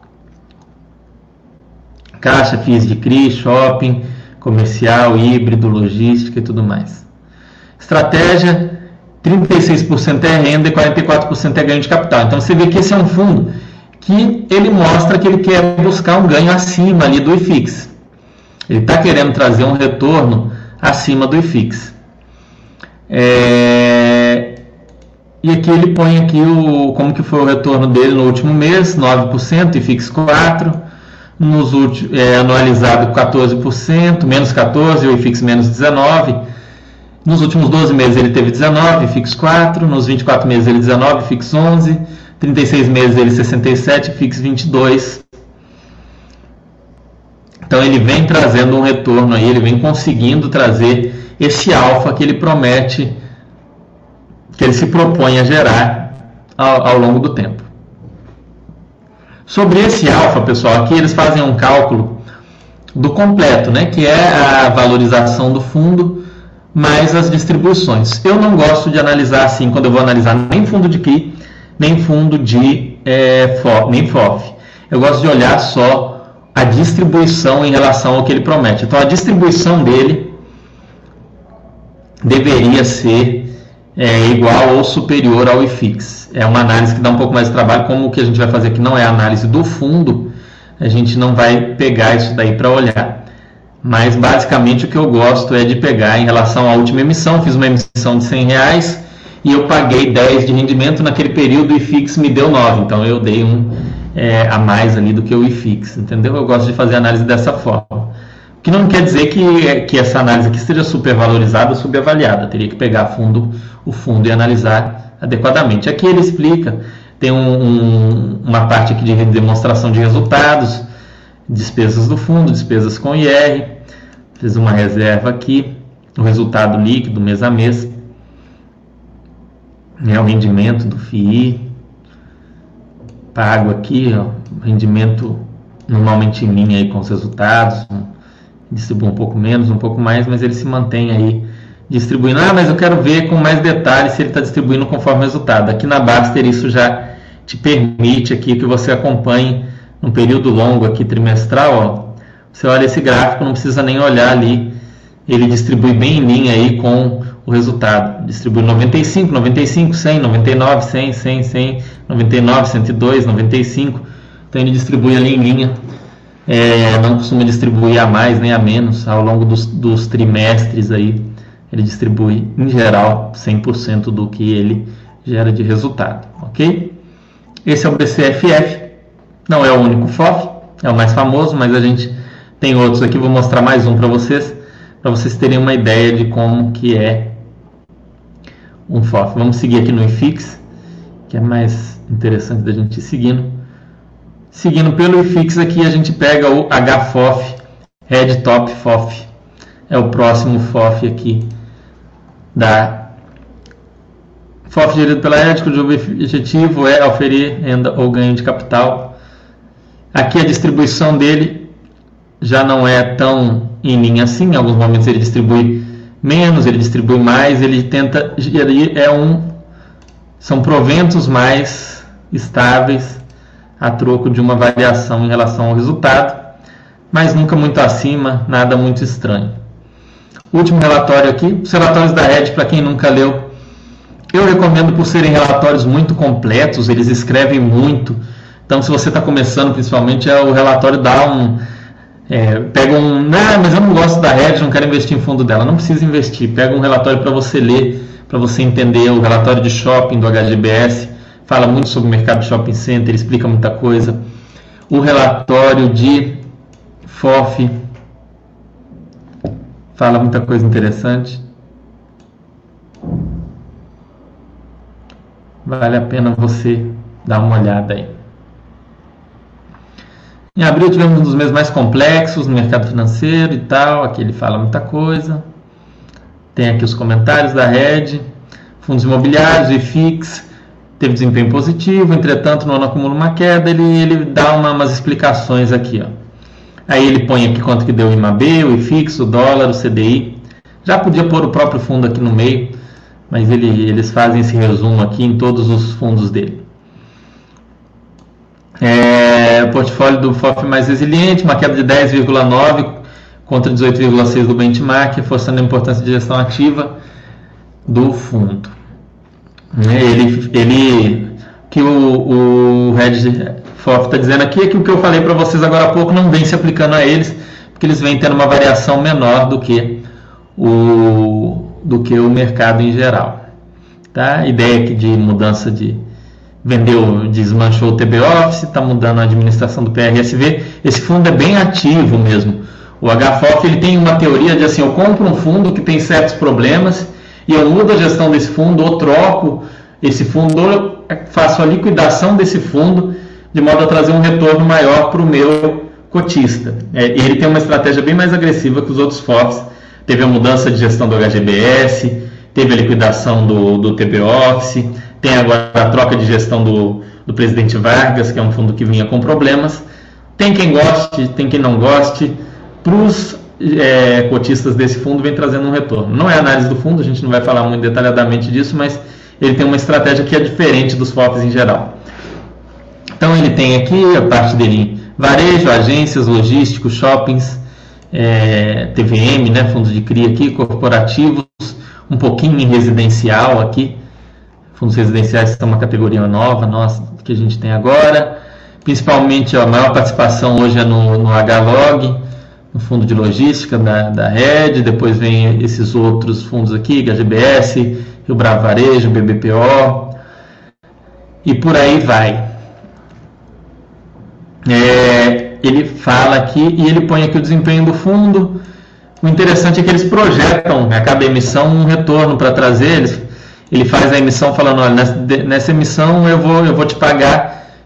Caixa, F I Is de C R I, shopping, comercial, híbrido, logística e tudo mais. Estratégia, trinta e seis por cento é renda e quarenta e quatro por cento é ganho de capital. Então você vê que esse é um fundo que ele mostra que ele quer buscar um ganho acima ali do I F I X. Ele está querendo trazer um retorno acima do I F I X. É... E aqui ele põe aqui o, como que foi o retorno dele no último mês, nove por cento, I F I X quatro por cento, nos últimos, é, anualizado quatorze por cento, menos quatorze por cento, o I F I X menos dezenove por cento. Nos últimos doze meses ele teve dezenove por cento, I F I X quatro por cento, nos vinte e quatro meses ele dezenove por cento, I F I X onze por cento, trinta e seis meses ele sessenta e sete por cento, I F I X vinte e dois por cento. Então ele vem trazendo um retorno aí, ele vem conseguindo trazer esse alfa que ele promete, que ele se propõe a gerar ao, ao longo do tempo. Sobre esse alfa, pessoal, aqui eles fazem um cálculo do completo, né, que é a valorização do fundo mais as distribuições. Eu não gosto de analisar assim, quando eu vou analisar nem fundo de C R I, nem fundo de é, F O F, nem F O F. Eu gosto de olhar só a distribuição em relação ao que ele promete. Então a distribuição dele deveria ser é, igual ou superior ao I F I X. É uma análise que dá um pouco mais de trabalho, como o que a gente vai fazer aqui não é a análise do fundo, a gente não vai pegar isso daí para olhar. Mas basicamente o que eu gosto é de pegar em relação à última emissão. Fiz uma emissão de cem reais e eu paguei dez de rendimento, naquele período o I F I X me deu nove, então eu dei um é, a mais ali do que o I F I X, entendeu? Eu gosto de fazer análise dessa forma. O que não quer dizer que, que essa análise aqui esteja supervalorizada ou subavaliada, teria que pegar fundo, o fundo e analisar adequadamente. Aqui ele explica, tem um, um, uma parte aqui de demonstração de resultados, despesas do fundo, despesas com I R, fiz uma reserva aqui, o resultado líquido mês a mês, é o rendimento do F I I, pago aqui, ó, rendimento normalmente em linha aí com os resultados, distribui um pouco menos, um pouco mais, mas ele se mantém aí distribuindo. Ah, mas eu quero ver com mais detalhes se ele está distribuindo conforme o resultado. Aqui na Baster isso já te permite aqui que você acompanhe num período longo aqui, trimestral, ó. Você olha esse gráfico, não precisa nem olhar ali, ele distribui bem em linha aí com o resultado, distribui noventa e cinco, noventa e cinco, cem, noventa e nove, cem, cem, cem, noventa e nove, cento e dois, noventa e cinco, então ele distribui ali em linha, é, não costuma distribuir a mais nem a menos ao longo dos, dos trimestres aí, ele distribui em geral cem por cento do que ele gera de resultado, ok? Esse é o B C F F, não é o único F O F, é o mais famoso, mas a gente tem outros aqui, vou mostrar mais um para vocês, para vocês terem uma ideia de como que é um F O F. Vamos seguir aqui no I F I X, que é mais interessante da gente ir seguindo. Seguindo pelo I F I X aqui, a gente pega o H F O F, Red Top F O F. É o próximo F O F aqui da F O F gerido pela Red, cujo objetivo é oferir renda ou ganho de capital. Aqui a distribuição dele já não é tão em linha assim, em alguns momentos ele distribui menos, ele distribui mais, ele tenta gerir, é um, são proventos mais estáveis a troco de uma variação em relação ao resultado, mas nunca muito acima, nada muito estranho. Último relatório aqui, os relatórios da Red, para quem nunca leu, eu recomendo por serem relatórios muito completos, eles escrevem muito, então se você está começando principalmente, é o relatório dá um... É, pega um, ah, mas eu não gosto da Red, não quero investir em fundo dela. Não precisa investir, pega um relatório para você ler, para você entender. O relatório de shopping do H G B S fala muito sobre o mercado de shopping center, explica muita coisa. O relatório de F O F fala muita coisa interessante. Vale a pena você dar uma olhada aí. Em abril tivemos um dos meses mais complexos no mercado financeiro e tal, aqui ele fala muita coisa. Tem aqui os comentários da Red, fundos imobiliários, I F I X, teve desempenho positivo, entretanto no ano acumula uma queda, ele, ele dá uma, umas explicações aqui, ó. Aí ele põe aqui quanto que deu o I M A B, o I F I X, o dólar, o C D I. Já podia pôr o próprio fundo aqui no meio, mas ele, eles fazem esse resumo aqui em todos os fundos dele. É, o portfólio do F O F mais resiliente, uma queda de dez vírgula nove contra dezoito vírgula seis do benchmark, reforçando a importância de gestão ativa do fundo. Ele, ele que o, o Red F O F está dizendo aqui é que o que eu falei para vocês agora há pouco não vem se aplicando a eles, porque eles vêm tendo uma variação menor do que o, do que o mercado em geral. Tá? A ideia aqui de mudança de vendeu, desmanchou o T B Office, está mudando a administração do P R S V. Esse fundo é bem ativo mesmo. O H F O F ele tem uma teoria de assim, eu compro um fundo que tem certos problemas e eu mudo a gestão desse fundo, ou troco esse fundo, ou faço a liquidação desse fundo de modo a trazer um retorno maior para o meu cotista. É, ele tem uma estratégia bem mais agressiva que os outros F O Fs. Teve a mudança de gestão do H G B S, teve a liquidação do, do T B Office, tem agora a troca de gestão do, do presidente Vargas, que é um fundo que vinha com problemas. Tem quem goste, tem quem não goste. Para os é, cotistas desse fundo, vem trazendo um retorno. Não é análise do fundo, a gente não vai falar muito detalhadamente disso, mas ele tem uma estratégia que é diferente dos F O Fs em geral. Então ele tem aqui a parte dele em varejo, agências, logísticos, shoppings, é, T V M, né, fundos de C R I aqui, corporativos, um pouquinho em residencial aqui. Fundos residenciais são uma categoria nova nossa, que a gente tem agora. Principalmente, ó, a maior participação hoje é no, no H Log, no fundo de logística da, da Red. Depois vem esses outros fundos aqui, H G B S, Rio Bravo Varejo, B B P O. E por aí vai. É, ele fala aqui e ele põe aqui o desempenho do fundo. O interessante é que eles projetam a cada emissão um retorno para trazer. Eles, ele faz a emissão falando, olha, nessa, nessa emissão eu vou, eu vou te pagar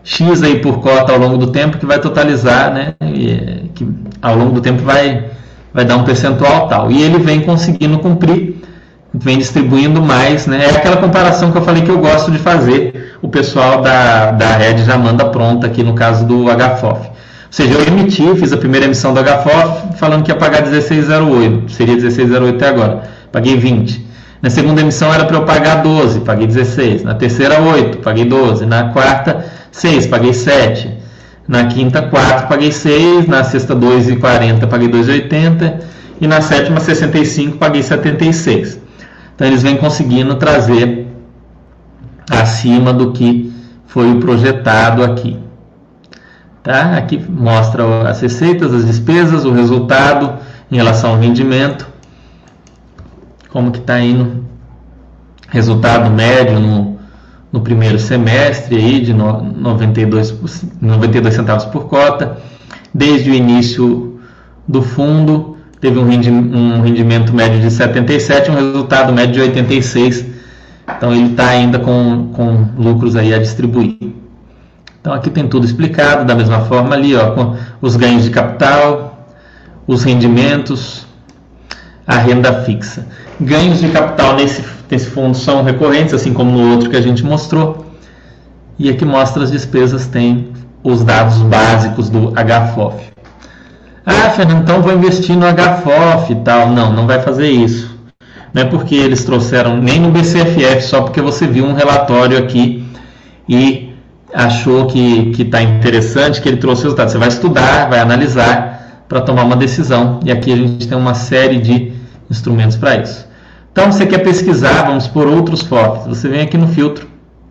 X aí por cota ao longo do tempo, que vai totalizar, né, e, que ao longo do tempo vai, vai dar um percentual tal. E ele vem conseguindo cumprir, vem distribuindo mais, né, é aquela comparação que eu falei que eu gosto de fazer, o pessoal da, da Red já manda pronta aqui no caso do H F O F. Ou seja, eu emiti, fiz a primeira emissão do H F O F falando que ia pagar dezesseis vírgula zero oito, seria dezesseis vírgula zero oito até agora, paguei vinte. Na segunda emissão era para eu pagar doze, paguei dezesseis. Na terceira, oito, paguei doze. Na quarta, seis, paguei sete. Na quinta, quatro, paguei seis. Na sexta, dois vírgula quarenta, paguei dois vírgula oitenta. E na sétima, sessenta e cinco, paguei setenta e seis. Então eles vêm conseguindo trazer acima do que foi o projetado aqui. Tá? Aqui mostra as receitas, as despesas, o resultado em relação ao rendimento. Como que está indo resultado médio no, no primeiro semestre aí de no, noventa e dois, noventa e dois centavos por cota. Desde o início do fundo teve um, rendi, um rendimento médio de setenta e sete, um resultado médio de oitenta e seis. Então ele está ainda com, com lucros aí a distribuir. Então aqui tem tudo explicado da mesma forma ali, ó, com os ganhos de capital, os rendimentos, a renda fixa. Ganhos de capital nesse, nesse fundo são recorrentes, assim como no outro que a gente mostrou. E aqui mostra as despesas, tem os dados básicos do H F O F. Ah, Fernando, então vou investir no H F O F e tal. Não, não vai fazer isso. Não é porque eles trouxeram nem no B C F F, só porque você viu um relatório aqui e achou que está interessante, que ele trouxe o resultado. Você vai estudar, vai analisar para tomar uma decisão. E aqui a gente tem uma série de instrumentos para isso. Então, você quer pesquisar, vamos por outros F O Fs. Você vem aqui no filtro.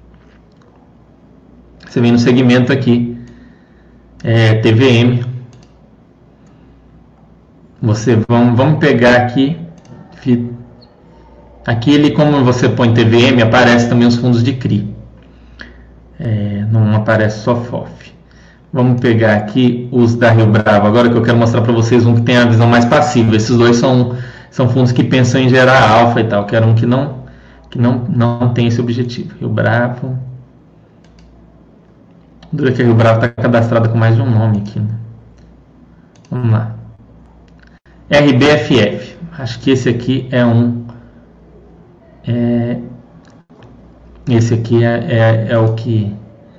Você vem no segmento aqui, é, T V M. Você, vamos, vamos pegar aqui, aqui ele, como você põe T V M, aparece também os fundos de C R I. É, não aparece só F O F. Vamos pegar aqui os da Rio Bravo, agora que eu quero mostrar para vocês um que tem a visão mais passiva. Esses dois são, são fundos que pensam em gerar alfa e tal. Quero um que não, que não, não tem esse objetivo. Rio Bravo. Dura que a Rio Bravo está cadastrada com mais de um nome aqui, né? Vamos lá. R B F F. Acho que esse aqui é um... É, esse aqui é, é, é o que...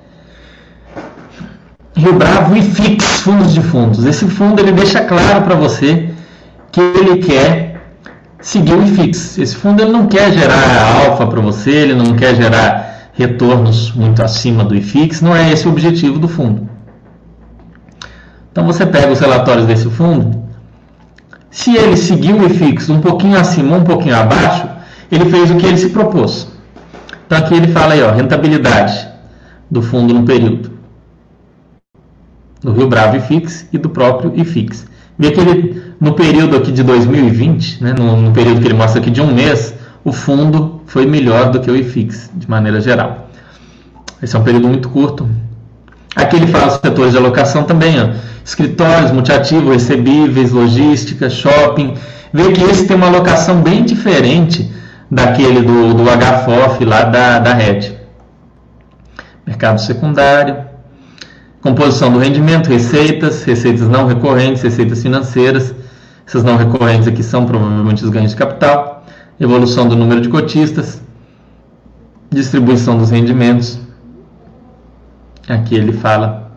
Rio Bravo e F I X, fundos de fundos. Esse fundo ele deixa claro para você que ele quer seguir o I F I X. Esse fundo ele não quer gerar alfa para você, ele não quer gerar retornos muito acima do I F I X, não é esse o objetivo do fundo. Então você pega os relatórios desse fundo, se ele seguir o I F I X um pouquinho acima, um pouquinho abaixo, ele fez o que ele se propôs. Então aqui ele fala aí, ó, rentabilidade do fundo no período do Rio Bravo I F I X e do próprio I F I X. Vê que ele, no período aqui de dois mil e vinte, né, no, no período que ele mostra aqui de um mês, o fundo foi melhor do que o I F I X, de maneira geral. Esse é um período muito curto. Aqui ele fala os setores de alocação também, ó, escritórios, multiativo, recebíveis, logística, shopping. Vê que esse tem uma alocação bem diferente daquele do, do H F O F lá da, da Red. Mercado secundário. Composição do rendimento, receitas, receitas não recorrentes, receitas financeiras. Essas não recorrentes aqui são provavelmente os ganhos de capital. Evolução do número de cotistas. Distribuição dos rendimentos. Aqui ele fala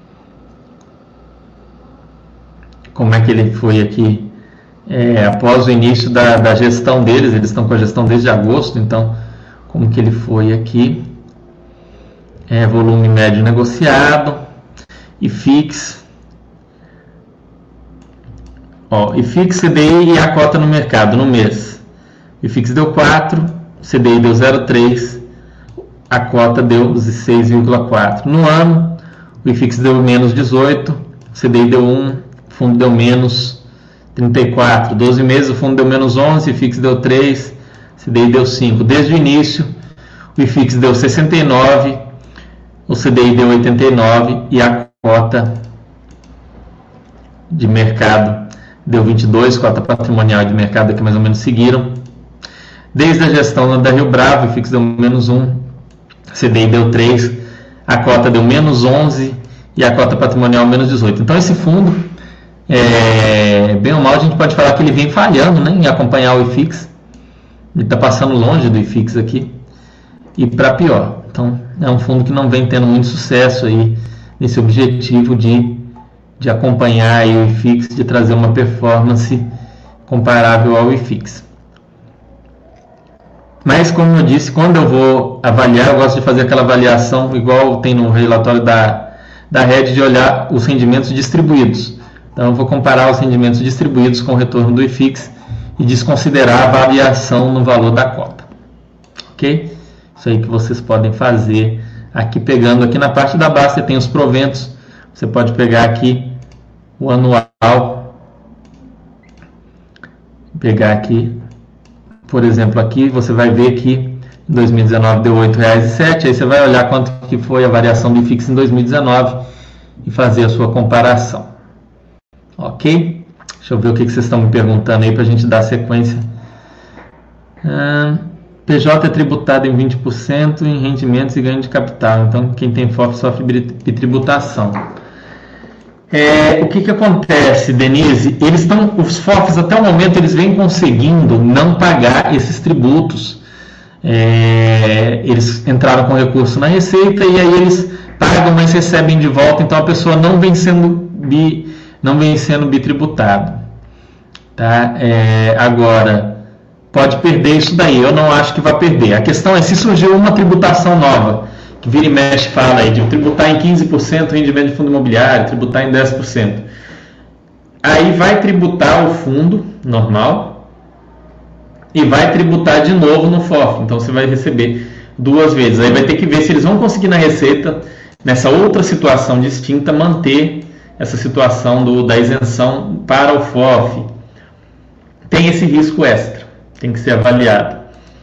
como é que ele foi aqui é, após o início da, da gestão deles. Eles estão com a gestão desde agosto, então como que ele foi aqui. É, volume médio negociado. I F I X, ó, I F I X, C D I e a cota no mercado no mês. O I F I X deu quatro, o C D I deu zero vírgula três, a cota deu seis vírgula quatro. No ano, o I F I X deu menos dezoito, o C D I deu um, o fundo deu menos trinta e quatro. doze meses, o fundo deu menos onze, o I F I X deu três, o C D I deu cinco. Desde o início, o I F I X deu sessenta e nove, o C D I deu oitenta e nove e a cota de mercado deu vinte e dois, cota patrimonial de mercado aqui mais ou menos seguiram. Desde a gestão da Rio Bravo, o I F I X deu menos um, C D I deu três, a cota deu menos onze e a cota patrimonial menos dezoito. Então esse fundo, é, bem ou mal, a gente pode falar que ele vem falhando, né, em acompanhar o I F I X. Ele está passando longe do I F I X aqui e para pior. Então é um fundo que não vem tendo muito sucesso aí nesse objetivo de, de acompanhar aí o I F I X, de trazer uma performance comparável ao I F I X. Mas, como eu disse, quando eu vou avaliar, eu gosto de fazer aquela avaliação igual tem no relatório da, da Red, de olhar os rendimentos distribuídos. Então eu vou comparar os rendimentos distribuídos com o retorno do I F I X e desconsiderar a variação no valor da cota. Ok? Isso aí que vocês podem fazer aqui, pegando aqui na parte da base, você tem os proventos. Você pode pegar aqui o anual, pegar aqui, por exemplo, aqui você vai ver que em dois mil e dezenove deu oito reais e sete centavos, aí você vai olhar quanto que foi a variação do I F I X em dois mil e dezenove e fazer a sua comparação. Ok? Deixa eu ver o que vocês estão me perguntando aí para a gente dar sequência. Ah, P J é tributado em vinte por cento em rendimentos e ganho de capital. Então, quem tem F O F sofre bitributação. É, o que, que acontece, Denise? Eles estão, os F O Fs até o momento eles vêm conseguindo não pagar esses tributos. É, eles entraram com recurso na Receita e aí eles pagam, mas recebem de volta. Então, a pessoa não vem sendo bi, não vem sendo bitributado. Tá? É, agora, pode perder isso daí. Eu não acho que vai perder. A questão é se surgiu uma tributação nova, que vira e mexe fala aí de tributar em quinze por cento rendimento de fundo imobiliário, tributar em dez por cento. Aí vai tributar o fundo normal e vai tributar de novo no F O F. Então você vai receber duas vezes. Aí vai ter que ver se eles vão conseguir na Receita, nessa outra situação distinta, manter essa situação do, da isenção para o F O F. Tem esse risco extra, tem que ser avaliado.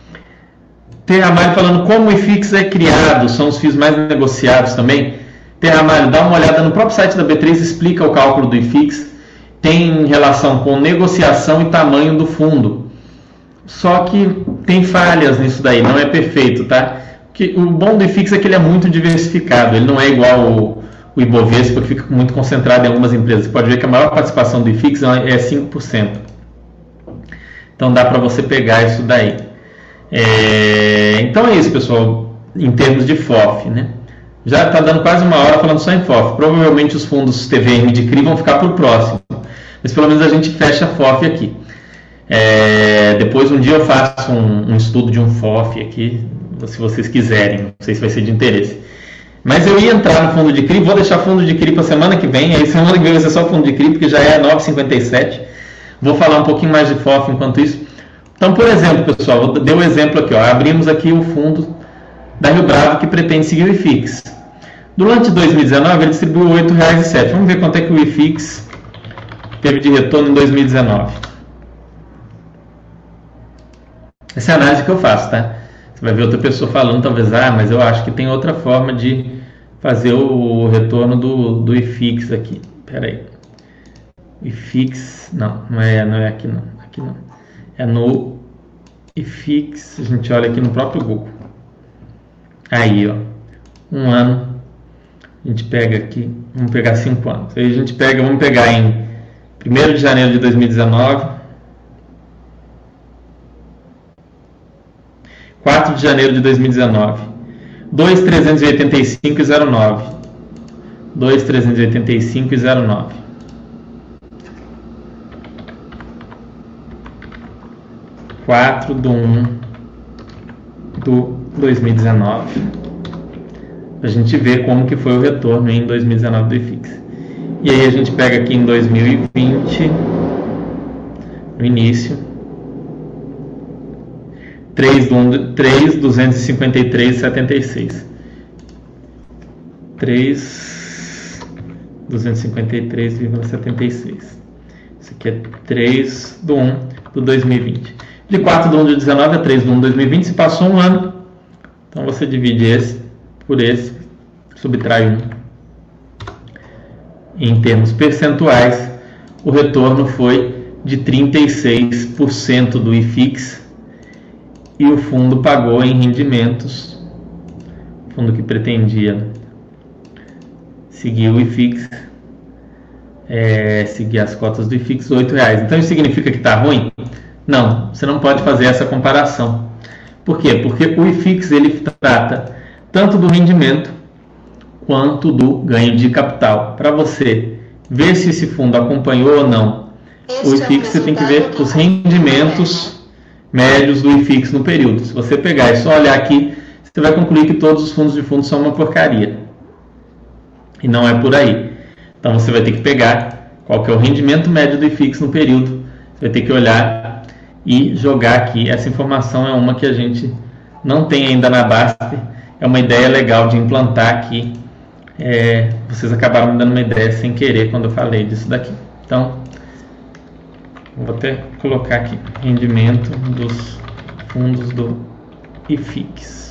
Tem Ramalho falando como o I F I X é criado, são os F I Is mais negociados também. Tem Ramalho, dá uma olhada no próprio site da B três, explica o cálculo do I F I X, tem relação com negociação e tamanho do fundo. Só que tem falhas nisso daí, não é perfeito, tá? Que o bom do I F I X é que ele é muito diversificado, ele não é igual o, o Ibovespa, que fica muito concentrado em algumas empresas. Você pode ver que a maior participação do I F I X é cinco por cento. Então dá para você pegar isso daí. É, então é isso, pessoal, em termos de F O F, né? Já está dando quase uma hora falando só em F O F. Provavelmente os fundos T V M de C R I vão ficar por próximo, mas pelo menos a gente fecha F O F aqui. É, depois um dia eu faço um, um estudo de um F O F aqui, se vocês quiserem, não sei se vai ser de interesse. Mas eu ia entrar no fundo de C R I, vou deixar fundo de C R I para semana que vem, aí semana que vem vai ser só fundo de C R I, porque já é nove e cinquenta e sete. Vou falar um pouquinho mais de F O F enquanto isso. Então, por exemplo, pessoal, vou dar um exemplo aqui, ó. Abrimos aqui o fundo da Rio Bravo que pretende seguir o I F I X. Durante dois mil e dezenove, ele distribuiu oito reais e sete centavos. Vamos ver quanto é que o I F I X teve de retorno em dois mil e dezenove. Essa é a análise que eu faço, tá? Você vai ver outra pessoa falando, talvez, ah, mas eu acho que tem outra forma de fazer o retorno do, do I F I X aqui. Espera aí. I F I X, não, não é, não é aqui não, aqui não. É no I F I X, a gente olha aqui no próprio Google. Aí, ó, um ano, a gente pega aqui, vamos pegar cinco anos. Aí a gente pega, vamos pegar em primeiro de janeiro de dois mil e dezenove, quatro de janeiro de dois mil e dezenove, dois mil trezentos e oitenta e cinco e zero nove, dois mil trezentos e oitenta e cinco e zero nove. quatro de um do dois mil e dezenove. A gente vê como que foi o retorno em dois mil e dezenove do I F I X. E aí a gente pega aqui em dois mil e vinte, no início, três mil duzentos e cinquenta e três vírgula setenta e seis. três mil duzentos e cinquenta e três vírgula setenta e seis. Isso aqui é três de um do dois mil e vinte. De quatro de um de dezenove a três de um de dois mil e vinte, se passou um ano. Então você divide esse por esse, subtrai um. Em termos percentuais, o retorno foi de trinta e seis por cento do I F I X e o fundo pagou em rendimentos, fundo que pretendia seguir o I F I X, é, seguir as cotas do I F I X, oito reais. Então isso significa que está ruim? Não, você não pode fazer essa comparação. Por quê? Porque o I F I X ele trata tanto do rendimento quanto do ganho de capital. Para você ver se esse fundo acompanhou ou não o I F I X, você tem que ver os rendimentos médios do I F I X no período. Se você pegar e só olhar aqui, você vai concluir que todos os fundos de fundo são uma porcaria. E não é por aí. Então você vai ter que pegar qual que é o rendimento médio do I F I X no período. Você vai ter que olhar e jogar aqui. Essa informação é uma que a gente não tem ainda na Baster. É uma ideia legal de implantar aqui. É, vocês acabaram me dando uma ideia sem querer quando eu falei disso daqui. Então, vou até colocar aqui rendimento dos fundos do I F I X.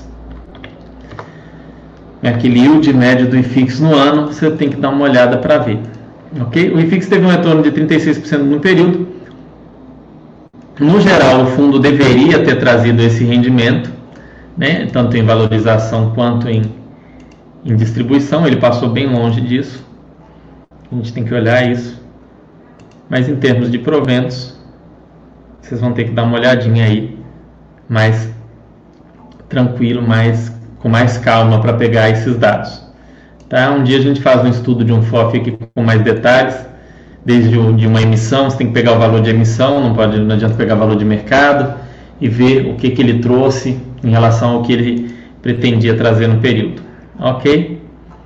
Aquele yield médio do I F I X no ano, você tem que dar uma olhada para ver. Okay? O I F I X teve um retorno de trinta e seis por cento no período. No geral, o fundo deveria ter trazido esse rendimento, né? Tanto em valorização quanto em, em distribuição. Ele passou bem longe disso. A gente tem que olhar isso. Mas em termos de proventos, vocês vão ter que dar uma olhadinha aí, mais tranquilo, mais com mais calma para pegar esses dados. Tá? Um dia a gente faz um estudo de um F O F aqui com mais detalhes, desde o, de uma emissão, você tem que pegar o valor de emissão, não, pode, não adianta pegar o valor de mercado, e ver o que, que ele trouxe em relação ao que ele pretendia trazer no período. Ok?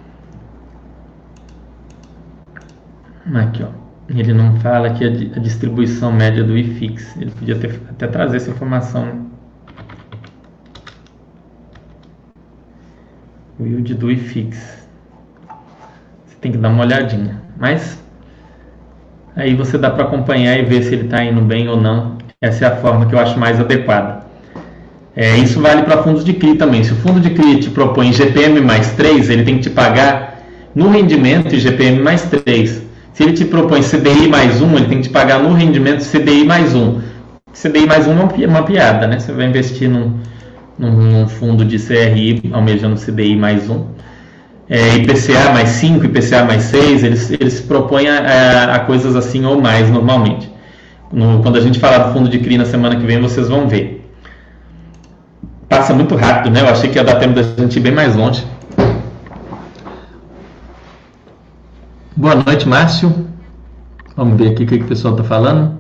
Aqui, ó. Ele não fala aqui a, a distribuição média do I F I X. Ele podia ter, até trazer essa informação. O yield do I F I X. Você tem que dar uma olhadinha. Mas aí você dá para acompanhar e ver se ele está indo bem ou não. Essa é a forma que eu acho mais adequada. É, isso vale para fundos de C R I também. Se o fundo de C R I te propõe G P M mais três, ele tem que te pagar no rendimento e G P M mais três. Se ele te propõe C D I mais um, ele tem que te pagar no rendimento C D I mais um. C D I mais um é uma piada, né? Você vai investir num, num, num fundo de C R I almejando C D I mais um. É, I P C A mais cinco, I P C A mais seis, eles, eles se propõem a, a coisas assim ou mais normalmente. No, quando a gente falar do fundo de C R I na semana que vem, vocês vão ver. Passa muito rápido, né? Eu achei que ia dar tempo da gente ir bem mais longe. Boa noite, Márcio. Vamos ver aqui o que, que o pessoal está falando.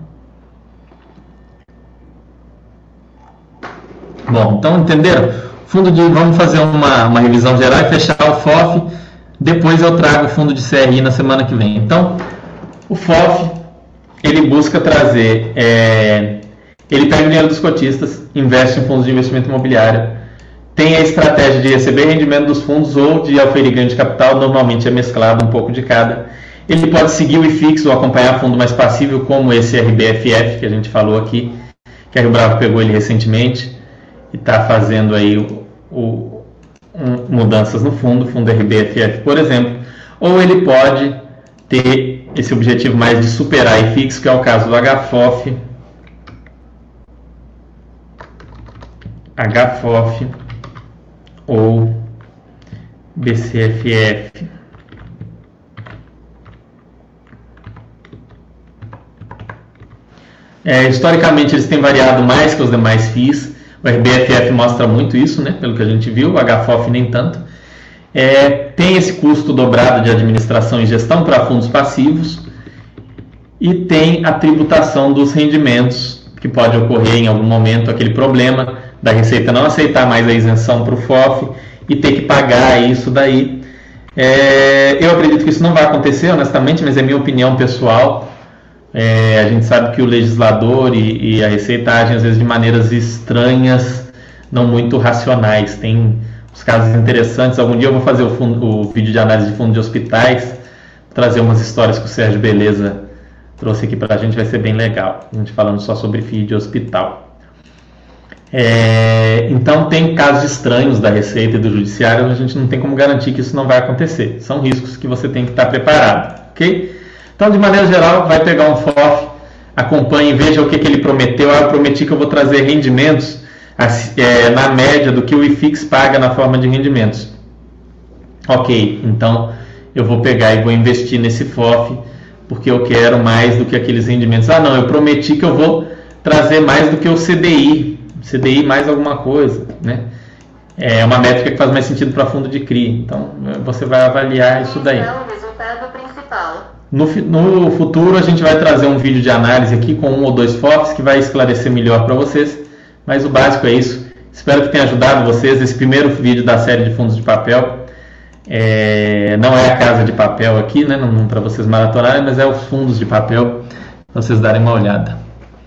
Bom, então entenderam? Fundo de, vamos fazer uma, uma revisão geral e fechar o F O F. Depois eu trago o fundo de C R I na semana que vem. Então, o F O F, ele busca trazer, é, ele pega o dinheiro dos cotistas, investe em fundos de investimento imobiliário, tem a estratégia de receber rendimento dos fundos ou de oferir ganho de capital, normalmente é mesclado um pouco de cada. Ele pode seguir o I F I X ou acompanhar fundo mais passivo, como esse R B F F que a gente falou aqui, que a Rio Bravo pegou ele recentemente e está fazendo aí o, o, um, mudanças no fundo, fundo R B F F, por exemplo. Ou ele pode ter esse objetivo mais de superar I F I X, que é o caso do H F O F, H F O F ou B C F F. É, historicamente eles têm variado mais que os demais F I Is. O R B F F mostra muito isso, né, pelo que a gente viu, o H F O F nem tanto. É, tem esse custo dobrado de administração e gestão para fundos passivos e tem a tributação dos rendimentos, que pode ocorrer em algum momento aquele problema da Receita não aceitar mais a isenção para o F O F e ter que pagar isso daí. É, eu acredito que isso não vai acontecer, honestamente, mas é minha opinião pessoal. É, a gente sabe que o legislador e, e a Receita agem às vezes de maneiras estranhas, não muito racionais. Tem os casos interessantes. Algum dia eu vou fazer o, fundo, o vídeo de análise de fundo de hospitais, trazer umas histórias que o Sérgio Beleza trouxe aqui para a gente, vai ser bem legal. A gente falando só sobre F I I de hospital. É, então tem casos estranhos da Receita e do Judiciário, a gente não tem como garantir que isso não vai acontecer. São riscos que você tem que estar preparado, ok? Então, de maneira geral, vai pegar um F O F, acompanhe, veja o que, que ele prometeu. Ah, eu prometi que eu vou trazer rendimentos é, na média do que o I F I X paga na forma de rendimentos. Ok, então eu vou pegar e vou investir nesse F O F porque eu quero mais do que aqueles rendimentos. Ah, não, eu prometi que eu vou trazer mais do que o C D I, C D I mais alguma coisa, né? É uma métrica que faz mais sentido para fundo de C R I. Então, você vai avaliar isso daí. É o resultado principal. No, no futuro, a gente vai trazer um vídeo de análise aqui com um ou dois F O Fs que vai esclarecer melhor para vocês. Mas o básico é isso. Espero que tenha ajudado vocês. Esse primeiro vídeo da série de fundos de papel. É, não é a Casa de Papel aqui, né? Não, não para vocês maratonarem, mas é os fundos de papel para vocês darem uma olhada.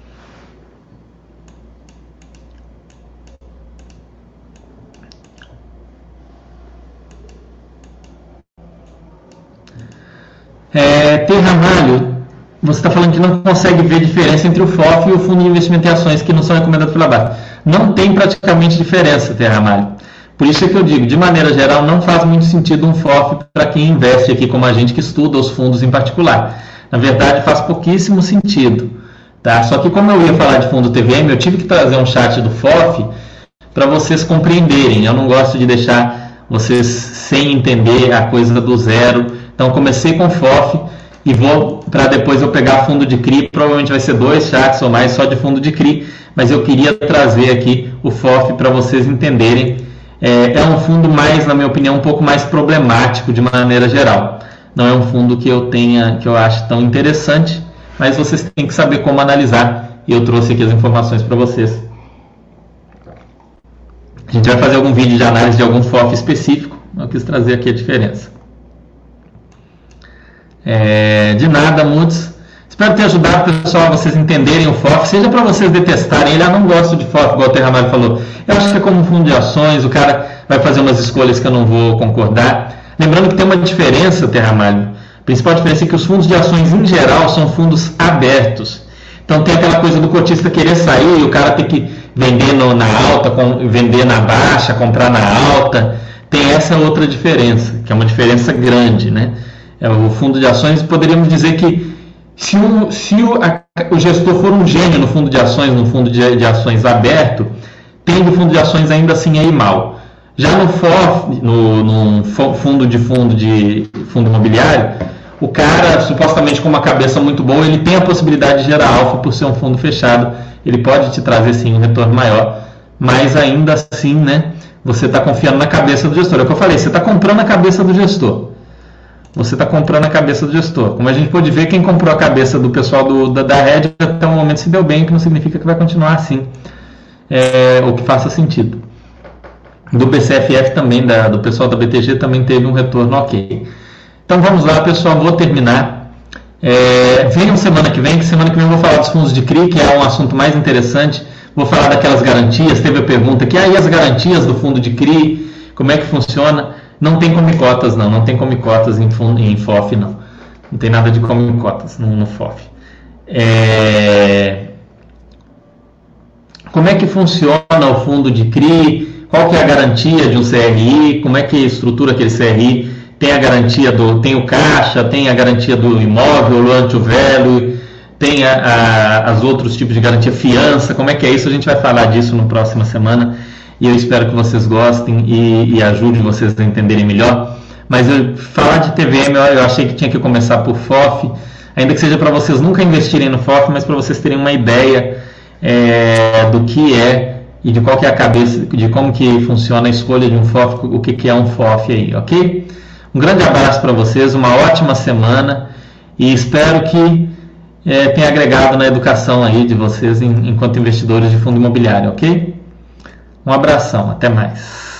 É, T. Ramalho, você está falando que não consegue ver diferença entre o F O F e o Fundo de Investimento em Ações que não são recomendados pela B A S. Não tem praticamente diferença, T. Ramalho. Por isso é que eu digo, de maneira geral, não faz muito sentido um F O F para quem investe aqui como a gente que estuda os fundos em particular. Na verdade, faz pouquíssimo sentido. Tá? Só que como eu ia falar de fundo T V M, eu tive que trazer um chat do F O F para vocês compreenderem. Eu não gosto de deixar vocês sem entender a coisa do zero. Então, comecei com F O F e vou para depois eu pegar fundo de C R I. Provavelmente vai ser dois chats ou mais só de fundo de C R I, mas eu queria trazer aqui o F O F para vocês entenderem. É, é um fundo mais, na minha opinião, um pouco mais problemático de maneira geral. Não é um fundo que eu tenha, que eu acho tão interessante, mas vocês têm que saber como analisar e eu trouxe aqui as informações para vocês. A gente vai fazer algum vídeo de análise de algum F O F específico, eu quis trazer aqui a diferença. É, de nada, Mudes. Espero ter ajudado, pessoal, a vocês entenderem o F O F, seja para vocês detestarem ele. Ah, não gosto de F O F, igual o Terramalho falou. Eu acho que é como um fundo de ações, o cara vai fazer umas escolhas que eu não vou concordar. Lembrando que tem uma diferença, Terramalho. A principal diferença é que os fundos de ações, em geral, são fundos abertos. Então tem aquela coisa do cotista querer sair e o cara ter que vender no, na alta, com, vender na baixa, comprar na alta. Tem essa outra diferença, que é uma diferença grande, né? É, o fundo de ações, poderíamos dizer que se o, se o, a, o gestor for um gênio no fundo de ações, no fundo de, de ações aberto, tendo o fundo de ações ainda assim é ir mal. Já no F O F, no, no fundo de fundo de fundo imobiliário, o cara, supostamente com uma cabeça muito boa, ele tem a possibilidade de gerar alfa por ser um fundo fechado. Ele pode te trazer sim um retorno maior, mas ainda assim, né, você está confiando na cabeça do gestor. É o que eu falei, você está comprando a cabeça do gestor. Você está comprando a cabeça do gestor. Como a gente pode ver, quem comprou a cabeça do pessoal do, da, da Red até o momento se deu bem, que não significa que vai continuar assim, é, ou que faça sentido. Do B C F F também, da, do pessoal da B T G também teve um retorno ok. Então vamos lá, pessoal, vou terminar. É, venham semana que vem, que semana que vem eu vou falar dos fundos de C R I, que é um assunto mais interessante. Vou falar daquelas garantias. Teve a pergunta aqui, aí ah, as garantias do fundo de C R I, como é que funciona? Não tem come-cotas, não. Não tem come-cotas em, em F O F, não. Não tem nada de come-cotas no, no F O F. É... Como é que funciona o fundo de C R I? Qual que é a garantia de um C R I? Como é que estrutura aquele C R I? Tem a garantia do... Tem o caixa, tem a garantia do imóvel, o loan to value, tem a, a, as outros tipos de garantia, fiança. Como é que é isso? A gente vai falar disso na próxima semana. E eu espero que vocês gostem e, e ajudem vocês a entenderem melhor. Mas eu, falar de T V M, eu, eu achei que tinha que começar por F O F, ainda que seja para vocês nunca investirem no F O F, mas para vocês terem uma ideia é, do que é e de qual que é a cabeça, de como que funciona a escolha de um F O F, o que, que é um F O F aí, ok? Um grande abraço para vocês, uma ótima semana e espero que é, tenha agregado na educação aí de vocês em, enquanto investidores de fundo imobiliário, ok? Um abração, até mais.